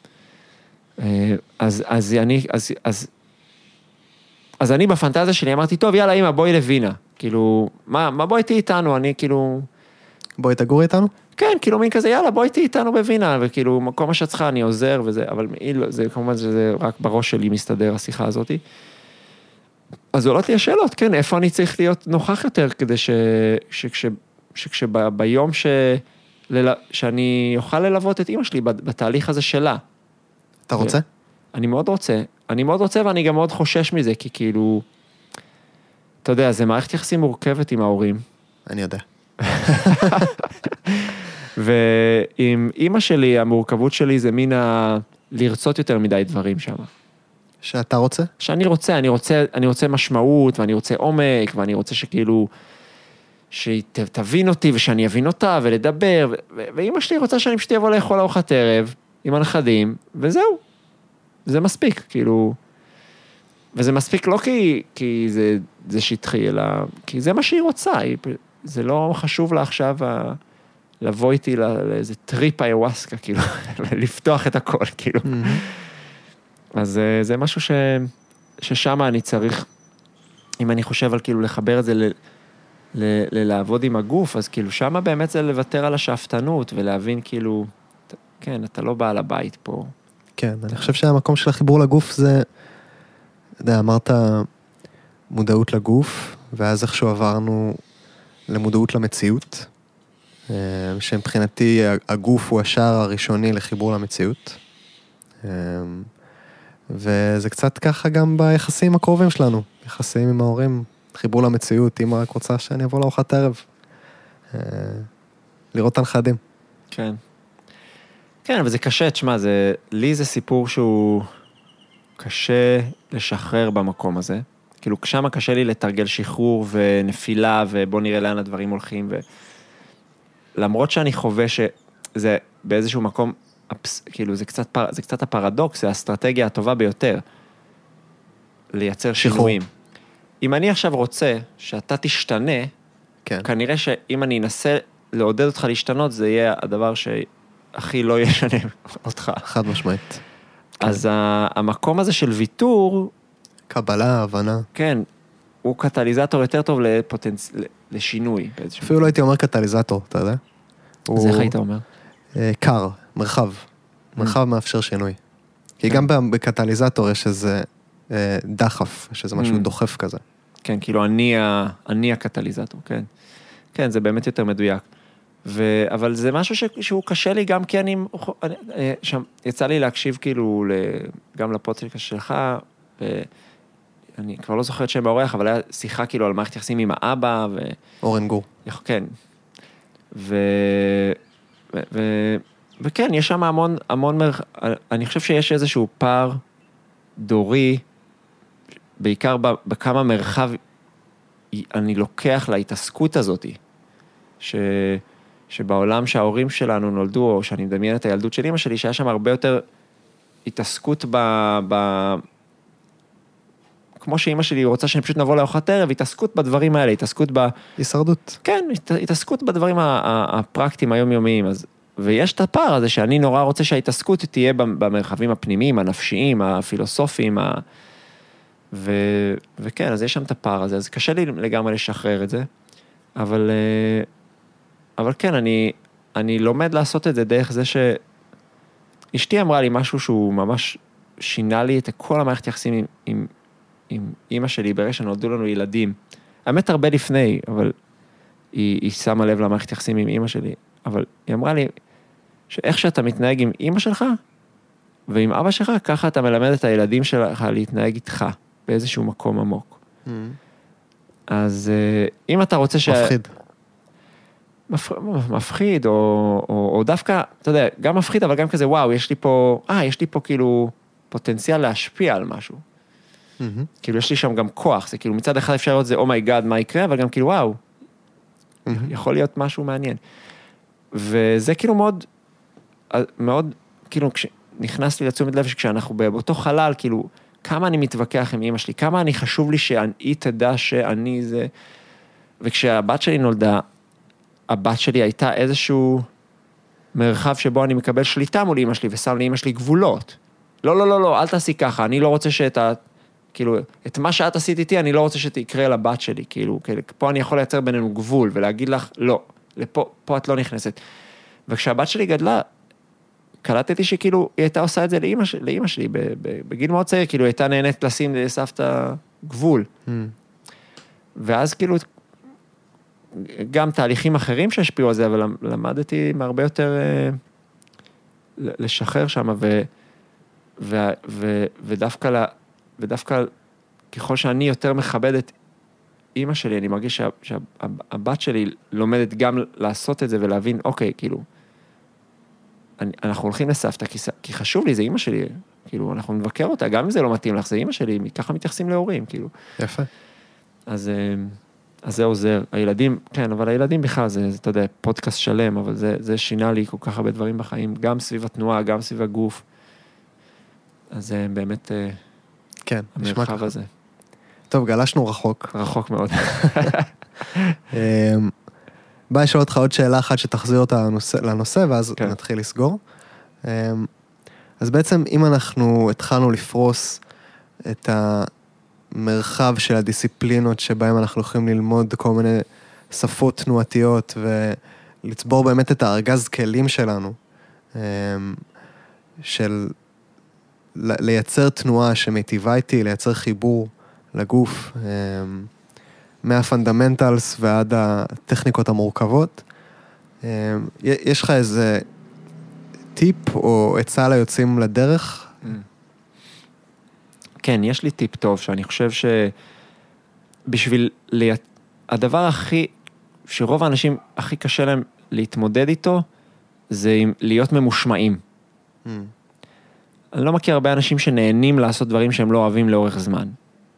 אז אני בפנטזיה שלי אמרתי, טוב, יאללה אמא, בואי לווינה. כאילו, מה בואי תהי איתנו? אני כאילו... בואי תגורי איתנו? כן, כאילו מין כזה, יאללה, בואי תהי איתנו בווינה, וכאילו, כל מה שאת צריכה אני עוזר וזה, אבל זה כמובן שזה רק בראש שלי מסתדר השיחה הזאת. אז עולות לי השאלות, כן, איפה אני צריך להיות נוכח יותר, כדי שביום שאני אוכל ללוות את אמא שלי בתהליך הזה שלה. אתה רוצה? אני מאוד רוצה, ואני גם מאוד חושש מזה, כי כאילו, אתה יודע, זה מערכת יחסים מורכבת עם ההורים. אני יודע. ועם אמא שלי, המורכבות שלי זה מין לרצות יותר מדי דברים שם. שאתה רוצה? אני רוצה משמעות, ואני רוצה עומק, ואני רוצה שכאילו, שהיא תבין אותי, ושאני אבין אותה, ולדבר, ואמא שלי רוצה שאני פשוט אבוא לאכול ארוחת ערב, עם הנכדים, וזהו. זה מספיק, כאילו, וזה מספיק לא כי זה שטחי, אלא כי זה מה שהיא רוצה, זה לא חשוב לה עכשיו לבוא איתי לאיזה טריפ איוואסקה, כאילו, לפתוח את הכל, כאילו. אז זה משהו ששם אני צריך, אם אני חושב על כאילו לחבר את זה לעבוד עם הגוף, אז כאילו שמה באמת זה לוותר על השאפתנות, ולהבין כאילו, כן, אתה לא בא לבית פה. כן, אני חושב שהמקום של החיבור לגוף זה, אמרת מודעות לגוף, ואז איכשהו עברנו למודעות למציאות, שמבחינתי הגוף הוא השער הראשוני לחיבור למציאות, וזה קצת ככה גם ביחסים הקרובים שלנו, יחסים עם ההורים, חיבור למציאות, אמא רק רוצה שאני אבוא לארוחת ערב, לראות את הנכדים. כן. כן, אבל זה קשה, תשמע, לי זה סיפור שהוא קשה לשחרר במקום הזה. כאילו, שמה קשה לי לתרגל שחרור ונפילה, ובוא נראה לאן הדברים הולכים. למרות שאני חווה שזה באיזשהו מקום, כאילו, זה קצת הפרדוקס, זה האסטרטגיה הטובה ביותר, לייצר שינויים. אם אני עכשיו רוצה שאתה תשתנה, כן. כנראה שאם אני אנסה לעודד אותך להשתנות, זה יהיה הדבר הכי לא ישנה אותך. חד משמעית. אז המקום הזה של ויתור... קבלה, הבנה. כן, הוא קטליזטור יותר טוב לשינוי. אפילו לא הייתי אומר קטליזטור, אתה יודע? אז איך היית אומר? קר, מרחב. מרחב מאפשר שינוי. כי גם בקטליזטור יש איזה דחף, יש איזה משהו דוחף כזה. כן, כאילו אני הקטליזטור, כן. כן, זה באמת יותר מדויק. אבל זה משהו שהוא קשה לי גם כי שם יצא לי להקשיב כאילו גם לפודקאסט שלך, ואני כבר לא זוכרת שם באורח, אבל היה שיחה כאילו על מערכת יחסים עם האבא, אורן גור. כן. וכן, יש שם המון אני חושב שיש איזשהו פער דורי, בעיקר בכמה מרחב אני לוקח להתעסקות הזאת, שבעולם שההורים שלנו נולדו, או שאני מדמיין את הילדות של אמא שלי, שהיה שם הרבה יותר התעסקות כמו שאמא שלי רוצה שאני פשוט נבוא לארוחת ערב, התעסקות בדברים האלה, התעסקות הישרדות. כן, התעסקות בדברים הפרקטיים היומיומיים, ויש את הפער הזה שאני נורא רוצה שההתעסקות תהיה במרחבים הפנימיים, הנפשיים, הפילוסופיים, וכן, אז יש שם את הפער הזה, אז קשה לי לגמרי לשחרר את זה, אבל כן, אני לומד לעשות את זה דרך זה אשתי אמרה לי משהו שהוא ממש שינה לי את כל המערכת יחסים עם אמא שלי, ברגע שנולדו לנו ילדים. האמת הרבה לפני, אבל היא שמה לב למערכת יחסים עם אמא שלי. אבל היא אמרה לי, שאיך שאתה מתנהג עם אמא שלך, ועם אבא שלך, ככה אתה מלמד את הילדים שלך להתנהג איתך, באיזשהו מקום עמוק. אז אם אתה רוצה מפחיד. מפחיד, או דווקא, אתה יודע, גם מפחיד, אבל גם כזה, וואו, יש לי פה כאילו פוטנציאל להשפיע על משהו. כאילו, יש לי שם גם כוח, זה כאילו, מצד אחד אפשר לראות זה, אומייגאד, מה יקרה, אבל גם כאילו, וואו, יכול להיות משהו מעניין. וזה כאילו מאוד, כאילו, נכנס לי לתשומת לב, שכשאנחנו באותו חלל, כאילו, כמה אני מתווכח עם אמא שלי, כמה אני חשוב לי שהיא תדע שאני זה, וכשהבת שלי נולדה, הבת שלי הייתה איזשהו מרחב שבו אני מקבל שליטה מול אמא שלי, ושם לאמא שלי גבולות. לא, אל תעשי ככה, אני לא רוצה כאילו, את מה שאת עשית איתי, אני לא רוצה שתקרה לבת שלי, כאילו, פה אני יכול לייצר בינינו גבול, ולהגיד לך, לא, פה את לא נכנסת. וכשהבת שלי גדלה, קלטתי שכאילו, היא הייתה עושה את זה לאמא שלי, בגיל מאוד צעיר, כאילו, היא הייתה נהנית לשים לסבתא גבול. ואז כאילו, גם תהליכים אחרים שהשפיעו על זה, אבל למדתי הרבה יותר לשחרר שם, ודווקא ככל שאני יותר מכבד את אמא שלי, אני מרגיש שהבת שלי לומדת גם לעשות את זה ולהבין, אוקיי, כאילו, אנחנו הולכים לסבתא, כי חשוב לי, זה אמא שלי, כאילו, אנחנו נבקר אותה, גם אם זה לא מתאים לך, זה אמא שלי, ככה מתייחסים להורים, כאילו. יפה. אז זה עוזר. הילדים, כן, אבל הילדים בכלל, זה, אתה יודע, פודקאסט שלם, אבל זה שינה לי כל כך הרבה דברים בחיים, גם סביב התנועה, גם סביב הגוף. אז זה באמת, כן, המרחב הזה. טוב, גלשנו רחוק. רחוק מאוד. בא לשאול אותך עוד שאלה אחת שתחזיר אותה לנושא, ואז נתחיל לסגור. אז בעצם, אם אנחנו התחלנו לפרוס את המרחב של הדיסציפלינות שבהם אנחנו יכולים ללמוד כל מיני שפות תנועתיות, ולצבור באמת את הארגז כלים שלנו, של לייצר תנועה שמיטיבה איתי, לייצר חיבור לגוף, מהפונדמנטלס ועד הטכניקות המורכבות. יש לך איזה טיפ או עצה ליוצאים לדרך? כן, יש לי טיפ טוב, שאני חושב שבשביל הדבר שרוב האנשים הכי קשה להם להתמודד איתו, זה להיות ממושמעים. אני לא מכיר הרבה אנשים שנהנים לעשות דברים שהם לא אוהבים לאורך זמן.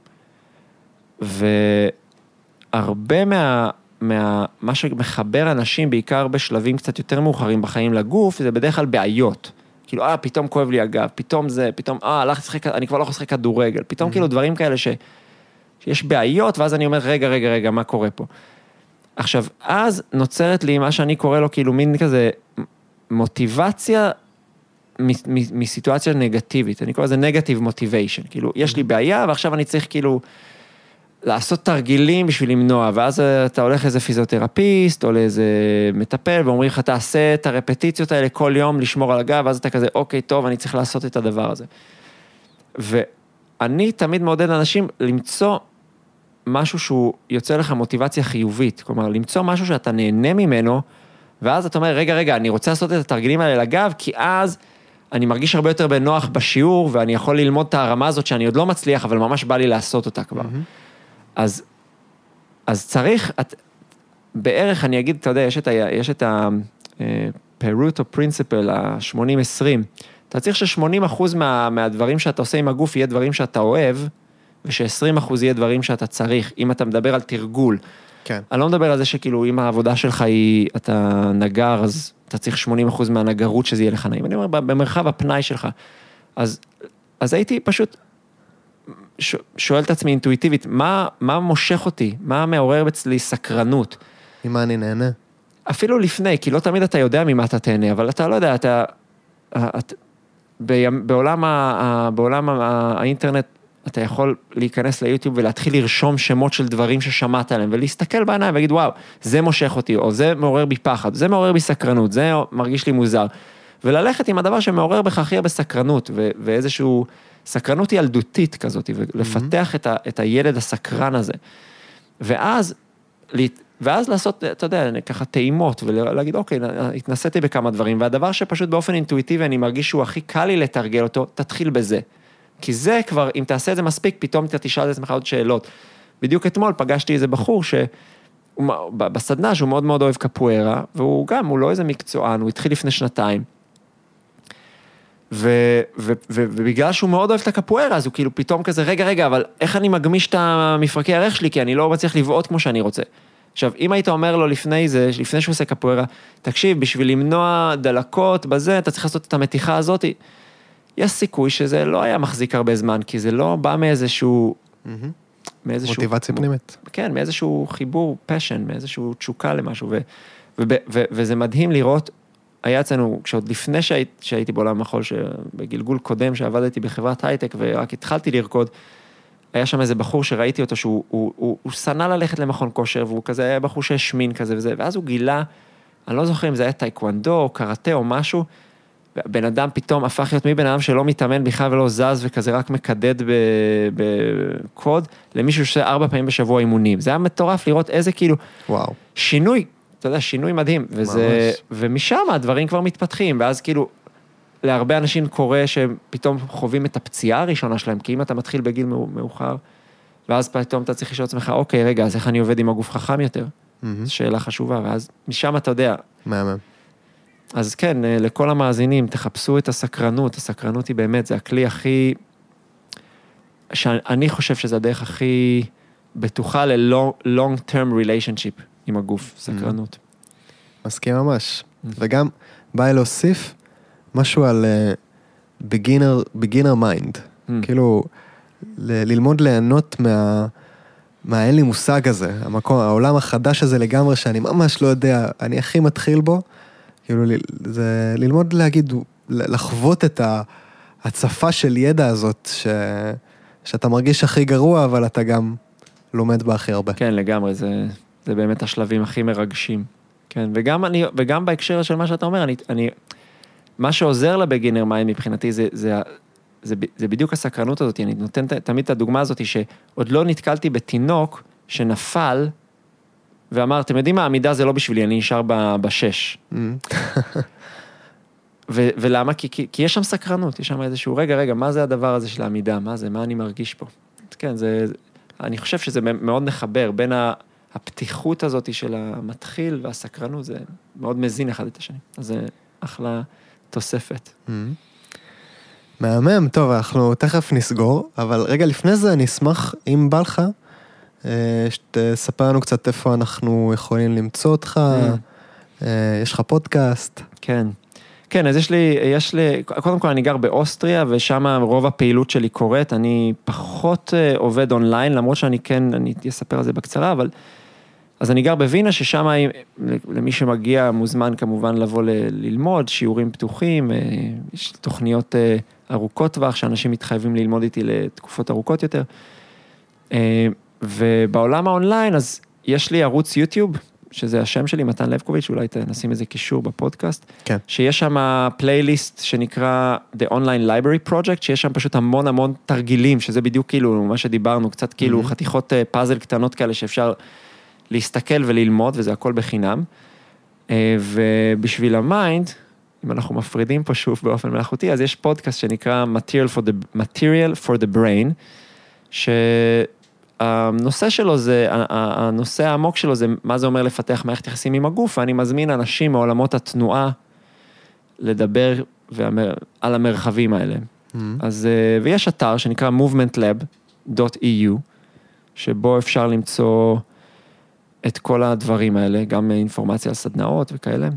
והרבה מה שמחבר אנשים, בעיקר בשלבים קצת יותר מאוחרים בחיים לגוף, זה בדרך כלל בעיות. כאילו, פתאום כואב לי הגב, פתאום זה, פתאום, אני כבר לא יכול לשחק כדורגל, פתאום כאילו דברים כאלה שיש בעיות, ואז אני אומר, רגע, מה קורה פה? עכשיו, אז נוצרת לי מה שאני קורא לו, כאילו מין כזה מוטיבציה מסיטואציה נגטיבית, אני קורא לזה negative motivation, כאילו, יש לי בעיה, ועכשיו אני צריך כאילו לעשות תרגילים בשביל למנוע, ואז אתה הולך לאיזה פיזיותרפיסט, או לאיזה מטפל, ואומרים לך, תעשה את הרפטיציות האלה כל יום, לשמור על הגב, ואז אתה כזה, אוקיי, טוב, אני צריך לעשות את הדבר הזה. ואני תמיד מעודד אנשים למצוא משהו שהוא יוצא לך מוטיבציה חיובית, כלומר, למצוא משהו שאתה נהנה ממנו, ואז אתה אומר, רגע, אני רוצה לעשות את התרגילים האלה לגב, כי אז אני מרגיש הרבה יותר בנוח בשיעור, ואני יכול ללמוד את הרמה הזאת שאני עוד לא מצליח, אבל ממש בא לי לעשות אותה כבר. אז צריך, בערך אני אגיד, אתה יודע, יש את ה-Pareto Principle, ה-80-20, אתה צריך ש-80% מהדברים שאתה עושה עם הגוף, יהיה דברים שאתה אוהב, וש-20% יהיה דברים שאתה צריך, אם אתה מדבר על תרגול. כן. אני לא מדבר על זה שכאילו, אם העבודה שלך היא, אתה נגר, אז אתה צריך 80% מהנגרות שזה יהיה לך נעים. אני אומר, במרחב הפנאי שלך. אז הייתי פשוט שואל את עצמי אינטואיטיבית, מה מושך אותי? מה מעורר אצלי סקרנות? ממה אני נהנה? אפילו לפני, כי לא תמיד אתה יודע ממה אתה תהנה, אבל אתה לא יודע, בעולם האינטרנט, אתה יכול להיכנס ליוטיוב ולהתחיל לרשום שמות של דברים ששמעת עליהם, ולהסתכל בעיניים ולהגיד, וואו, זה מושך אותי, או זה מעורר בי פחד, זה מעורר בי סקרנות, זה מרגיש לי מוזר. וללכת עם הדבר שמעורר בך הכי הרבה סקרנות, ואיזשהו סקרנות ילדותית כזאת, ולפתח את הילד הסקרן הזה. ואז ואז לעשות, אתה יודע, ככה טעימות, ולהגיד, אוקיי, התנסיתי בכמה דברים, והדבר שפשוט באופן אינטואיטיבי, אני מרגיש שהוא הכי קל לי לתרגל אותו, תתחיל בזה. כי זה כבר, אם תעשה את זה מספיק, פתאום אתה תשאל את עצמך עוד שאלות. בדיוק אתמול פגשתי איזה בחור בסדנה שהוא מאוד מאוד אוהב קפוארה, והוא גם, הוא לא איזה מקצוען, הוא התחיל לפני 2 ובגלל שהוא מאוד אוהב את הקפוארה, אז הוא כאילו פתאום כזה, רגע, אבל איך אני מגמיש את המפרקי הערך שלי, כי אני לא מצליח לבעוט כמו שאני רוצה. עכשיו, אם היית אומר לו לפני שהוא עושה קפוארה, תקשיב, בשביל למנוע דלקות בזה, אתה צריך לעשות את המתיחה הזאת, יש סיכוי שזה לא היה מחזיק הרבה זמן, כי זה לא בא מאיזשהו מוטיבציה פנימית. כן, מאיזשהו חיבור פשן, מאיזשהו תשוקה למשהו, וזה מדהים לראות, היה אצלנו, כשעוד לפני שהייתי בעולם המחול, בגלגול קודם שעבדתי בחברת הייטק, ורק התחלתי לרקוד, היה שם איזה בחור שראיתי אותו, שהוא שנא ללכת למכון כושר, והוא כזה היה בחור שהשמין כזה וזה, ואז הוא גילה, אני לא זוכר אם זה היה טייקוונדו, או קראטה או משהו, בן אדם פתאום הפך להיות מבן אדם שלא מתאמן בכלל ולא זז וכזה רק מקדד בקוד, למישהו שעושה 4 פעמים בשבוע אימונים. זה היה מטורף לראות איזה כאילו שינוי, אתה יודע, שינוי מדהים, ומשם הדברים כבר מתפתחים, ואז כאילו להרבה אנשים קורה שהם פתאום חווים את הפציעה הראשונה שלהם, כי אם אתה מתחיל בגיל מאוחר, ואז פתאום אתה צריך לשאול עצמך, אוקיי, רגע, אז איך אני עובד עם הגוף חכם יותר? זו שאלה חשובה, ואז משם אתה יודע. אז כן, לכל המאזינים, תחפשו את הסקרנות, הסקרנות היא באמת, זה הכלי הכי, שאני חושב שזה הדרך הכי בטוחה ל-long term relationship עם הגוף, סקרנות. מסכים ממש. וגם בא להוסיף משהו על beginner mind, כאילו ללמוד ליהנות אין לי מושג הזה, העולם החדש הזה לגמרי שאני ממש לא יודע, אני הכי מתחיל בו, כאילו, זה ללמוד להגיד, לחוות את ההצפה של ידע הזאת, שאתה מרגיש הכי גרוע, אבל אתה גם לומד בה הכי הרבה. כן, לגמרי, זה באמת השלבים הכי מרגשים. כן, וגם בהקשר של מה שאתה אומר, מה שעוזר לבגינר מיינד מבחינתי, זה בדיוק הסקרנות הזאת, אני נותן תמיד את הדוגמה הזאת, שעוד לא נתקלתי בתינוק שנפל, ואמר, אתם יודעים מה, העמידה זה לא בשבילי, אני נשאר ב6. ולמה? כי יש שם סקרנות, יש שם איזשהו, רגע, מה זה הדבר הזה של העמידה? מה זה, מה אני מרגיש פה? כן, אני חושב שזה מאוד מחבר, בין הפתיחות הזאת של המתחיל והסקרנות, זה מאוד מזין אחד את השני. אז זה אחלה תוספת. מהמם, טוב, אנחנו תכף נסגור, אבל רגע לפני זה אני אשמח, אם בא לך, שתספר לנו קצת איפה אנחנו יכולים למצוא אותך, יש לך פודקאסט. כן, אז יש לי, קודם כל אני גר באוסטריה, ושם רוב הפעילות שלי קורית, אני פחות עובד אונליין, למרות שאני אספר על זה בקצרה, אבל, אז אני גר בווינה, ששם למי שמגיע מוזמן כמובן לבוא ללמוד, שיעורים פתוחים, יש תוכניות ארוכות טווח, שאנשים מתחייבים ללמוד איתי לתקופות ארוכות יותר, ובעולם האונליין, אז יש לי ערוץ יוטיוב, שזה השם שלי, מתן לבקוביץ', אולי נשים איזה קישור בפודקאסט, כן. שיש שם פלייליסט שנקרא The Online Library Project, שיש שם פשוט המון תרגילים, שזה בדיוק כאילו מה שדיברנו, קצת כאילו חתיכות פאזל קטנות כאלה שאפשר להסתכל וללמוד, וזה הכל בחינם. ובשביל המיינד, אם אנחנו מפרידים פה שוב באופן מלאכותי, אז יש פודקאסט שנקרא Material for the Brain, הנושא שלו זה, הנושא העמוק שלו זה מה זה אומר לפתח מערכת יחסים עם הגוף, ואני מזמין אנשים מעולמות התנועה לדבר על המרחבים האלה. אז, ויש אתר שנקרא movementlab.eu, שבו אפשר למצוא את כל הדברים האלה, גם אינפורמציה על סדנאות וכאלה.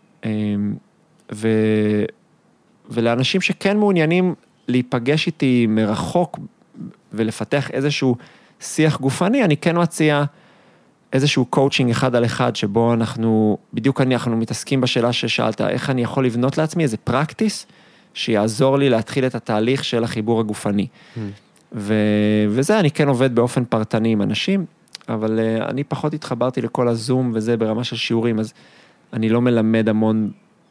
ולאנשים שכן מעוניינים להיפגש איתי מרחוק ולפתח איזשהו שיח גופני, אני כן מציע איזשהו קואוצ'ינג אחד על אחד, שבו בדיוק אנחנו מתעסקים בשאלה ששאלת, איך אני יכול לבנות לעצמי איזה פרקטיס, שיעזור לי להתחיל את התהליך של החיבור הגופני. וזה אני כן עובד באופן פרטני עם אנשים, אבל אני פחות התחברתי לכל הזום וזה ברמה של שיעורים, אז אני לא מלמד המון,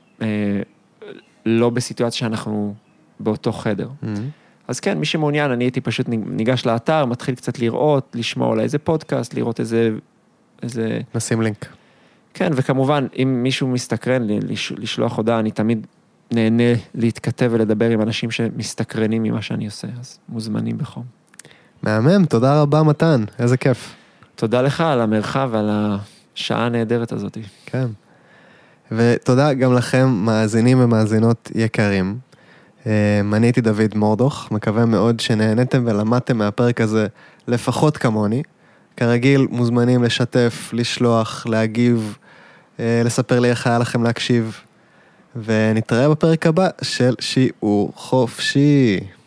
לא בסיטואציה שאנחנו באותו חדר. אז כן, מי שמעוניין, אני הייתי פשוט ניגש לאתר, מתחיל קצת לראות, לשמוע אולי איזה פודקאסט, לראות איזה... נשים לינק. כן, וכמובן, אם מישהו מסתקרן לשלוח הודעה, אני תמיד נהנה להתכתב ולדבר עם אנשים שמסתקרנים ממה שאני עושה, אז מוזמנים בחום. מהמם, תודה רבה מתן, איזה כיף. תודה לך על המרחב ועל השעה הנהדרת הזאת. כן. ותודה גם לכם, מאזינים ומאזינות יקרים. אני הייתי דוד מורדוך, מקווה מאוד שנהנתם ולמדתם מהפרק הזה לפחות כמוני. כרגיל, מוזמנים לשתף, לשלוח, להגיב, לספר לי איך היה לכם להקשיב. ונתראה בפרק הבא של שיעור חופשי.